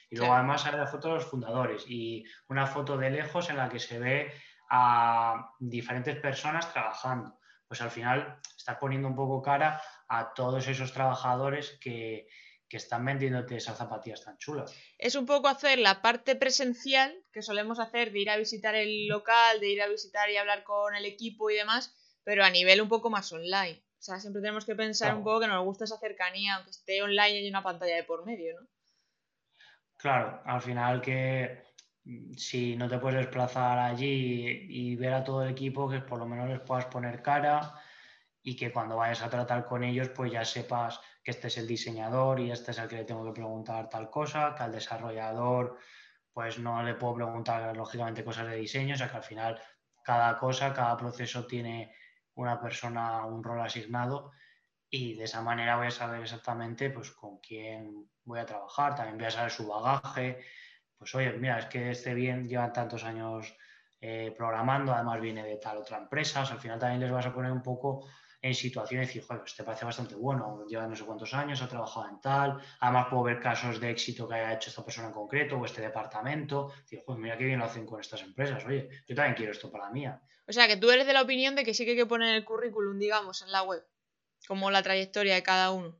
Y luego además sale la foto de los fundadores y una foto de lejos en la que se ve a diferentes personas trabajando. Pues al final estás poniendo un poco cara a todos esos trabajadores que, que están vendiéndote esas zapatillas tan chulas. Es un poco hacer la parte presencial que solemos hacer de ir a visitar el local, de ir a visitar y hablar con el equipo y demás, pero a nivel un poco más online. O sea, siempre tenemos que pensar Claro. un poco que nos gusta esa cercanía, aunque esté online y hay una pantalla de por medio, ¿no? Claro, al final que si no te puedes desplazar allí y, y ver a todo el equipo, que por lo menos les puedas poner cara y que cuando vayas a tratar con ellos, pues ya sepas que este es el diseñador y este es el que le tengo que preguntar tal cosa, que al desarrollador pues no le puedo preguntar lógicamente cosas de diseño, o sea que al final cada cosa, cada proceso tiene una persona, un rol asignado y de esa manera voy a saber exactamente pues con quién voy a trabajar, también voy a saber su bagaje, pues oye, mira, es que este bien llevan tantos años eh, programando, además viene de tal otra empresa, o sea, al final también les vas a poner un poco en situación y decir, joder, pues te parece bastante bueno, lleva no sé cuántos años, ha trabajado en tal, además puedo ver casos de éxito que haya hecho esta persona en concreto o este departamento, decir, joder, mira qué bien lo hacen con estas empresas, oye, yo también quiero esto para la mía. O sea, que tú eres de la opinión de que sí que hay que poner el currículum, digamos, en la web, como la trayectoria de cada uno.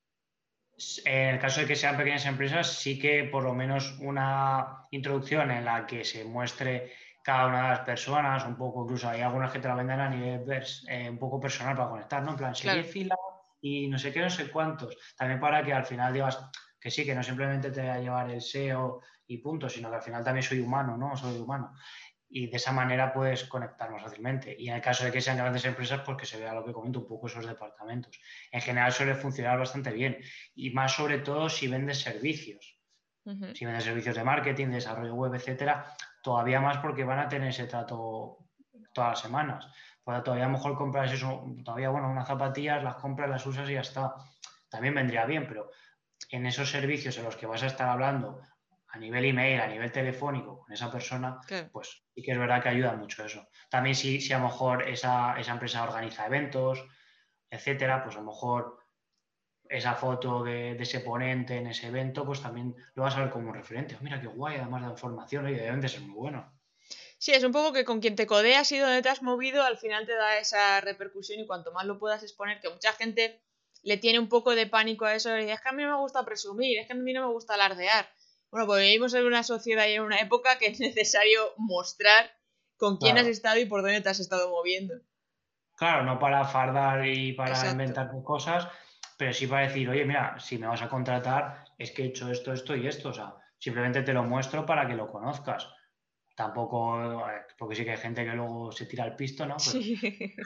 En el caso de que sean pequeñas empresas, sí que por lo menos una introducción en la que se muestre cada una de las personas, un poco, incluso hay algunas que te la venden a nivel eh, un poco personal para conectar, ¿no? En plan, serie Claro. fila y no sé qué, no sé cuántos. También para que al final digas que sí, que no simplemente te va a llevar el S E O y punto, sino que al final también soy humano, ¿no? Soy humano y de esa manera puedes conectar más fácilmente. Y en el caso de que sean grandes empresas, pues que se vea lo que comento, un poco esos departamentos. En general suele funcionar bastante bien y más sobre todo si vendes servicios. Uh-huh. Si vendes servicios de marketing, desarrollo web, etcétera, todavía más porque van a tener ese trato todas las semanas. Pues todavía a lo mejor compras eso, todavía, bueno, unas zapatillas, las compras, las usas y ya está. También vendría bien, pero en esos servicios en los que vas a estar hablando a nivel email, a nivel telefónico con esa persona, Claro. pues sí que es verdad que ayuda mucho eso. También si, si a lo mejor esa, esa empresa organiza eventos, etcétera, pues a lo mejor esa foto de, de, ese ponente en ese evento, pues también lo vas a ver como un referente. Oh, mira qué guay, además de información, oye, deben de ser muy bueno. Sí, es un poco que con quien te codeas y donde te has movido, al final te da esa repercusión y cuanto más lo puedas exponer, que mucha gente le tiene un poco de pánico a eso, y es que a mí no me gusta presumir, es que a mí no me gusta alardear. Bueno, pues vivimos en una sociedad y en una época que es necesario mostrar con quién Claro. has estado y por dónde te has estado moviendo. Claro, no para fardar y para Exacto. inventar cosas, pero sí para decir, oye, mira, si me vas a contratar, es que he hecho esto, esto y esto. O sea, simplemente te lo muestro para que lo conozcas. Tampoco, porque sí que hay gente que luego se tira el pisto, ¿no? Pero, Sí.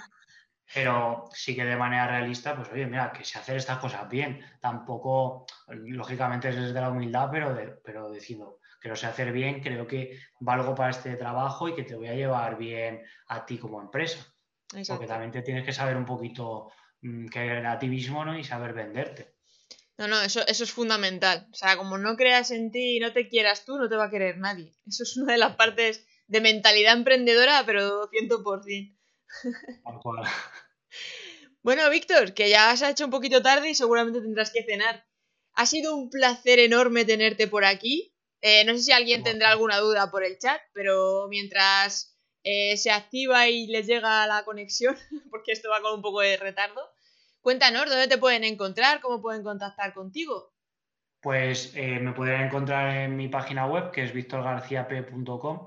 pero sí que de manera realista, pues oye, mira, que se hacer estas cosas bien. Tampoco, lógicamente es desde la humildad, pero, de, pero diciendo que lo sé hacer bien, creo que valgo para este trabajo y que te voy a llevar bien a ti como empresa. Porque Exacto. también te tienes que saber un poquito mmm, querer a ti mismo, ¿no? Y saber venderte. No, no, eso, eso es fundamental. O sea, como no creas en ti y no te quieras tú, no te va a querer nadie. Eso es una de las partes de mentalidad emprendedora, pero cien por ciento. Tal cual. Bueno, Víctor, que ya se ha hecho un poquito tarde y seguramente tendrás que cenar. Ha sido un placer enorme tenerte por aquí. Eh, no sé si alguien tendrá alguna duda por el chat, pero mientras eh, se activa y les llega la conexión, porque esto va con un poco de retardo, cuéntanos dónde te pueden encontrar, cómo pueden contactar contigo. Pues eh, me pueden encontrar en mi página web, que es victor garcía p punto com.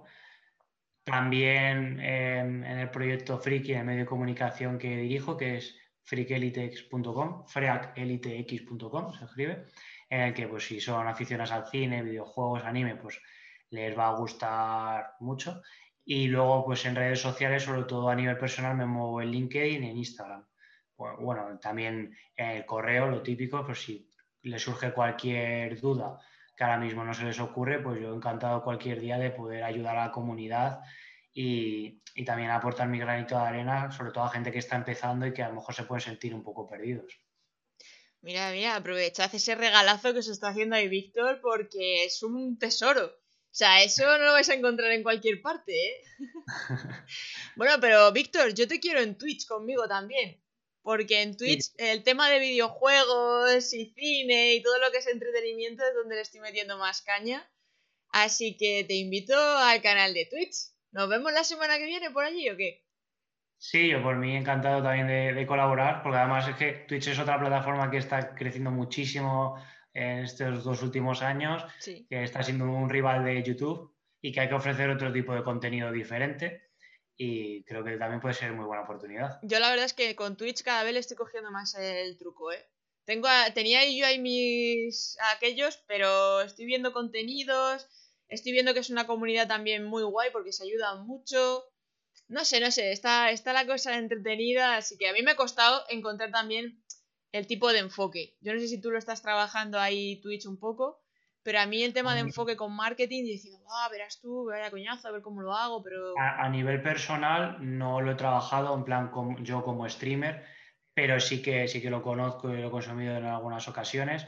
También eh, en el proyecto Friki, en el medio de comunicación que dirijo, que es freakelitex punto com, freakelitex punto com se escribe, en el que pues si son aficionados al cine, videojuegos, anime, pues les va a gustar mucho. Y luego pues en redes sociales, sobre todo a nivel personal, me muevo en LinkedIn y en Instagram. Bueno, también en el correo, lo típico, pues si les surge cualquier duda que ahora mismo no se les ocurre, pues yo encantado cualquier día de poder ayudar a la comunidad y, y también aportar mi granito de arena, sobre todo a gente que está empezando y que a lo mejor se pueden sentir un poco perdidos. Mira, mira, aprovechad ese regalazo que se está haciendo ahí Víctor porque es un tesoro. O sea, eso no lo vais a encontrar en cualquier parte, ¿eh? Bueno, pero Víctor, yo te quiero en Twitch conmigo también. porque en Sí, Twitch el tema de videojuegos y cine y todo lo que es entretenimiento es donde le estoy metiendo más caña. Así que te invito al canal de Twitch. ¿Nos vemos la semana que viene por allí o qué? sí, yo por mí encantado también de, de colaborar, porque además es que Twitch es otra plataforma que está creciendo muchísimo en estos dos últimos años, Sí. que está siendo un rival de YouTube y que hay que ofrecer otro tipo de contenido diferente y creo que también puede ser muy buena oportunidad. Yo la verdad es que con Twitch cada vez le estoy cogiendo más el truco, ¿eh? Tengo a- tenía ahí yo ahí mis aquellos, pero estoy viendo contenidos, estoy viendo que es una comunidad también muy guay porque se ayudan mucho. No sé, no sé, está, está la cosa entretenida, así que a mí me ha costado encontrar también el tipo de enfoque. Yo no sé si tú lo estás trabajando ahí Twitch un poco, pero a mí el tema de enfoque con marketing, y diciendo, ah, verás tú, vaya coñazo, a ver cómo lo hago, pero A, a nivel personal no lo he trabajado en plan como, yo como streamer, pero sí que, sí que lo conozco y lo he consumido en algunas ocasiones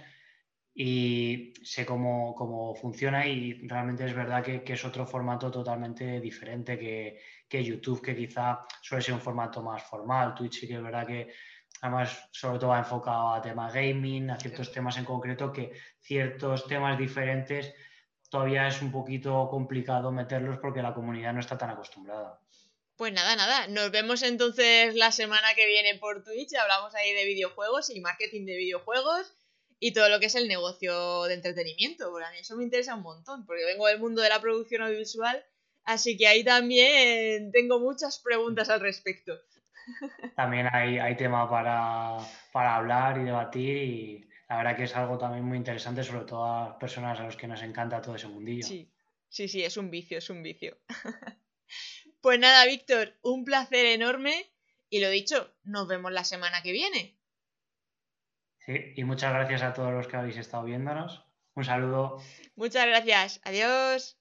y sé cómo, cómo funciona y realmente es verdad que, que es otro formato totalmente diferente que, que YouTube, que quizá suele ser un formato más formal. Twitch sí que es verdad que además sobre todo va enfocado a temas gaming, a ciertos temas en concreto, que ciertos temas diferentes todavía es un poquito complicado meterlos porque la comunidad no está tan acostumbrada. pues nada, nada. Nos vemos entonces la semana que viene por Twitch. Hablamos ahí de videojuegos y marketing de videojuegos y todo lo que es el negocio de entretenimiento. Porque a mí eso me interesa un montón, porque vengo del mundo de la producción audiovisual, así que ahí también tengo muchas preguntas al respecto. También hay, hay tema para, para hablar y debatir y la verdad que es algo también muy interesante, sobre todo a las personas a los que nos encanta todo ese mundillo. Sí, sí, sí, es un vicio, es un vicio. Pues nada, Víctor, un placer enorme y lo dicho, nos vemos la semana que viene. Sí, y muchas gracias a todos los que habéis estado viéndonos. Un saludo. Muchas gracias, adiós.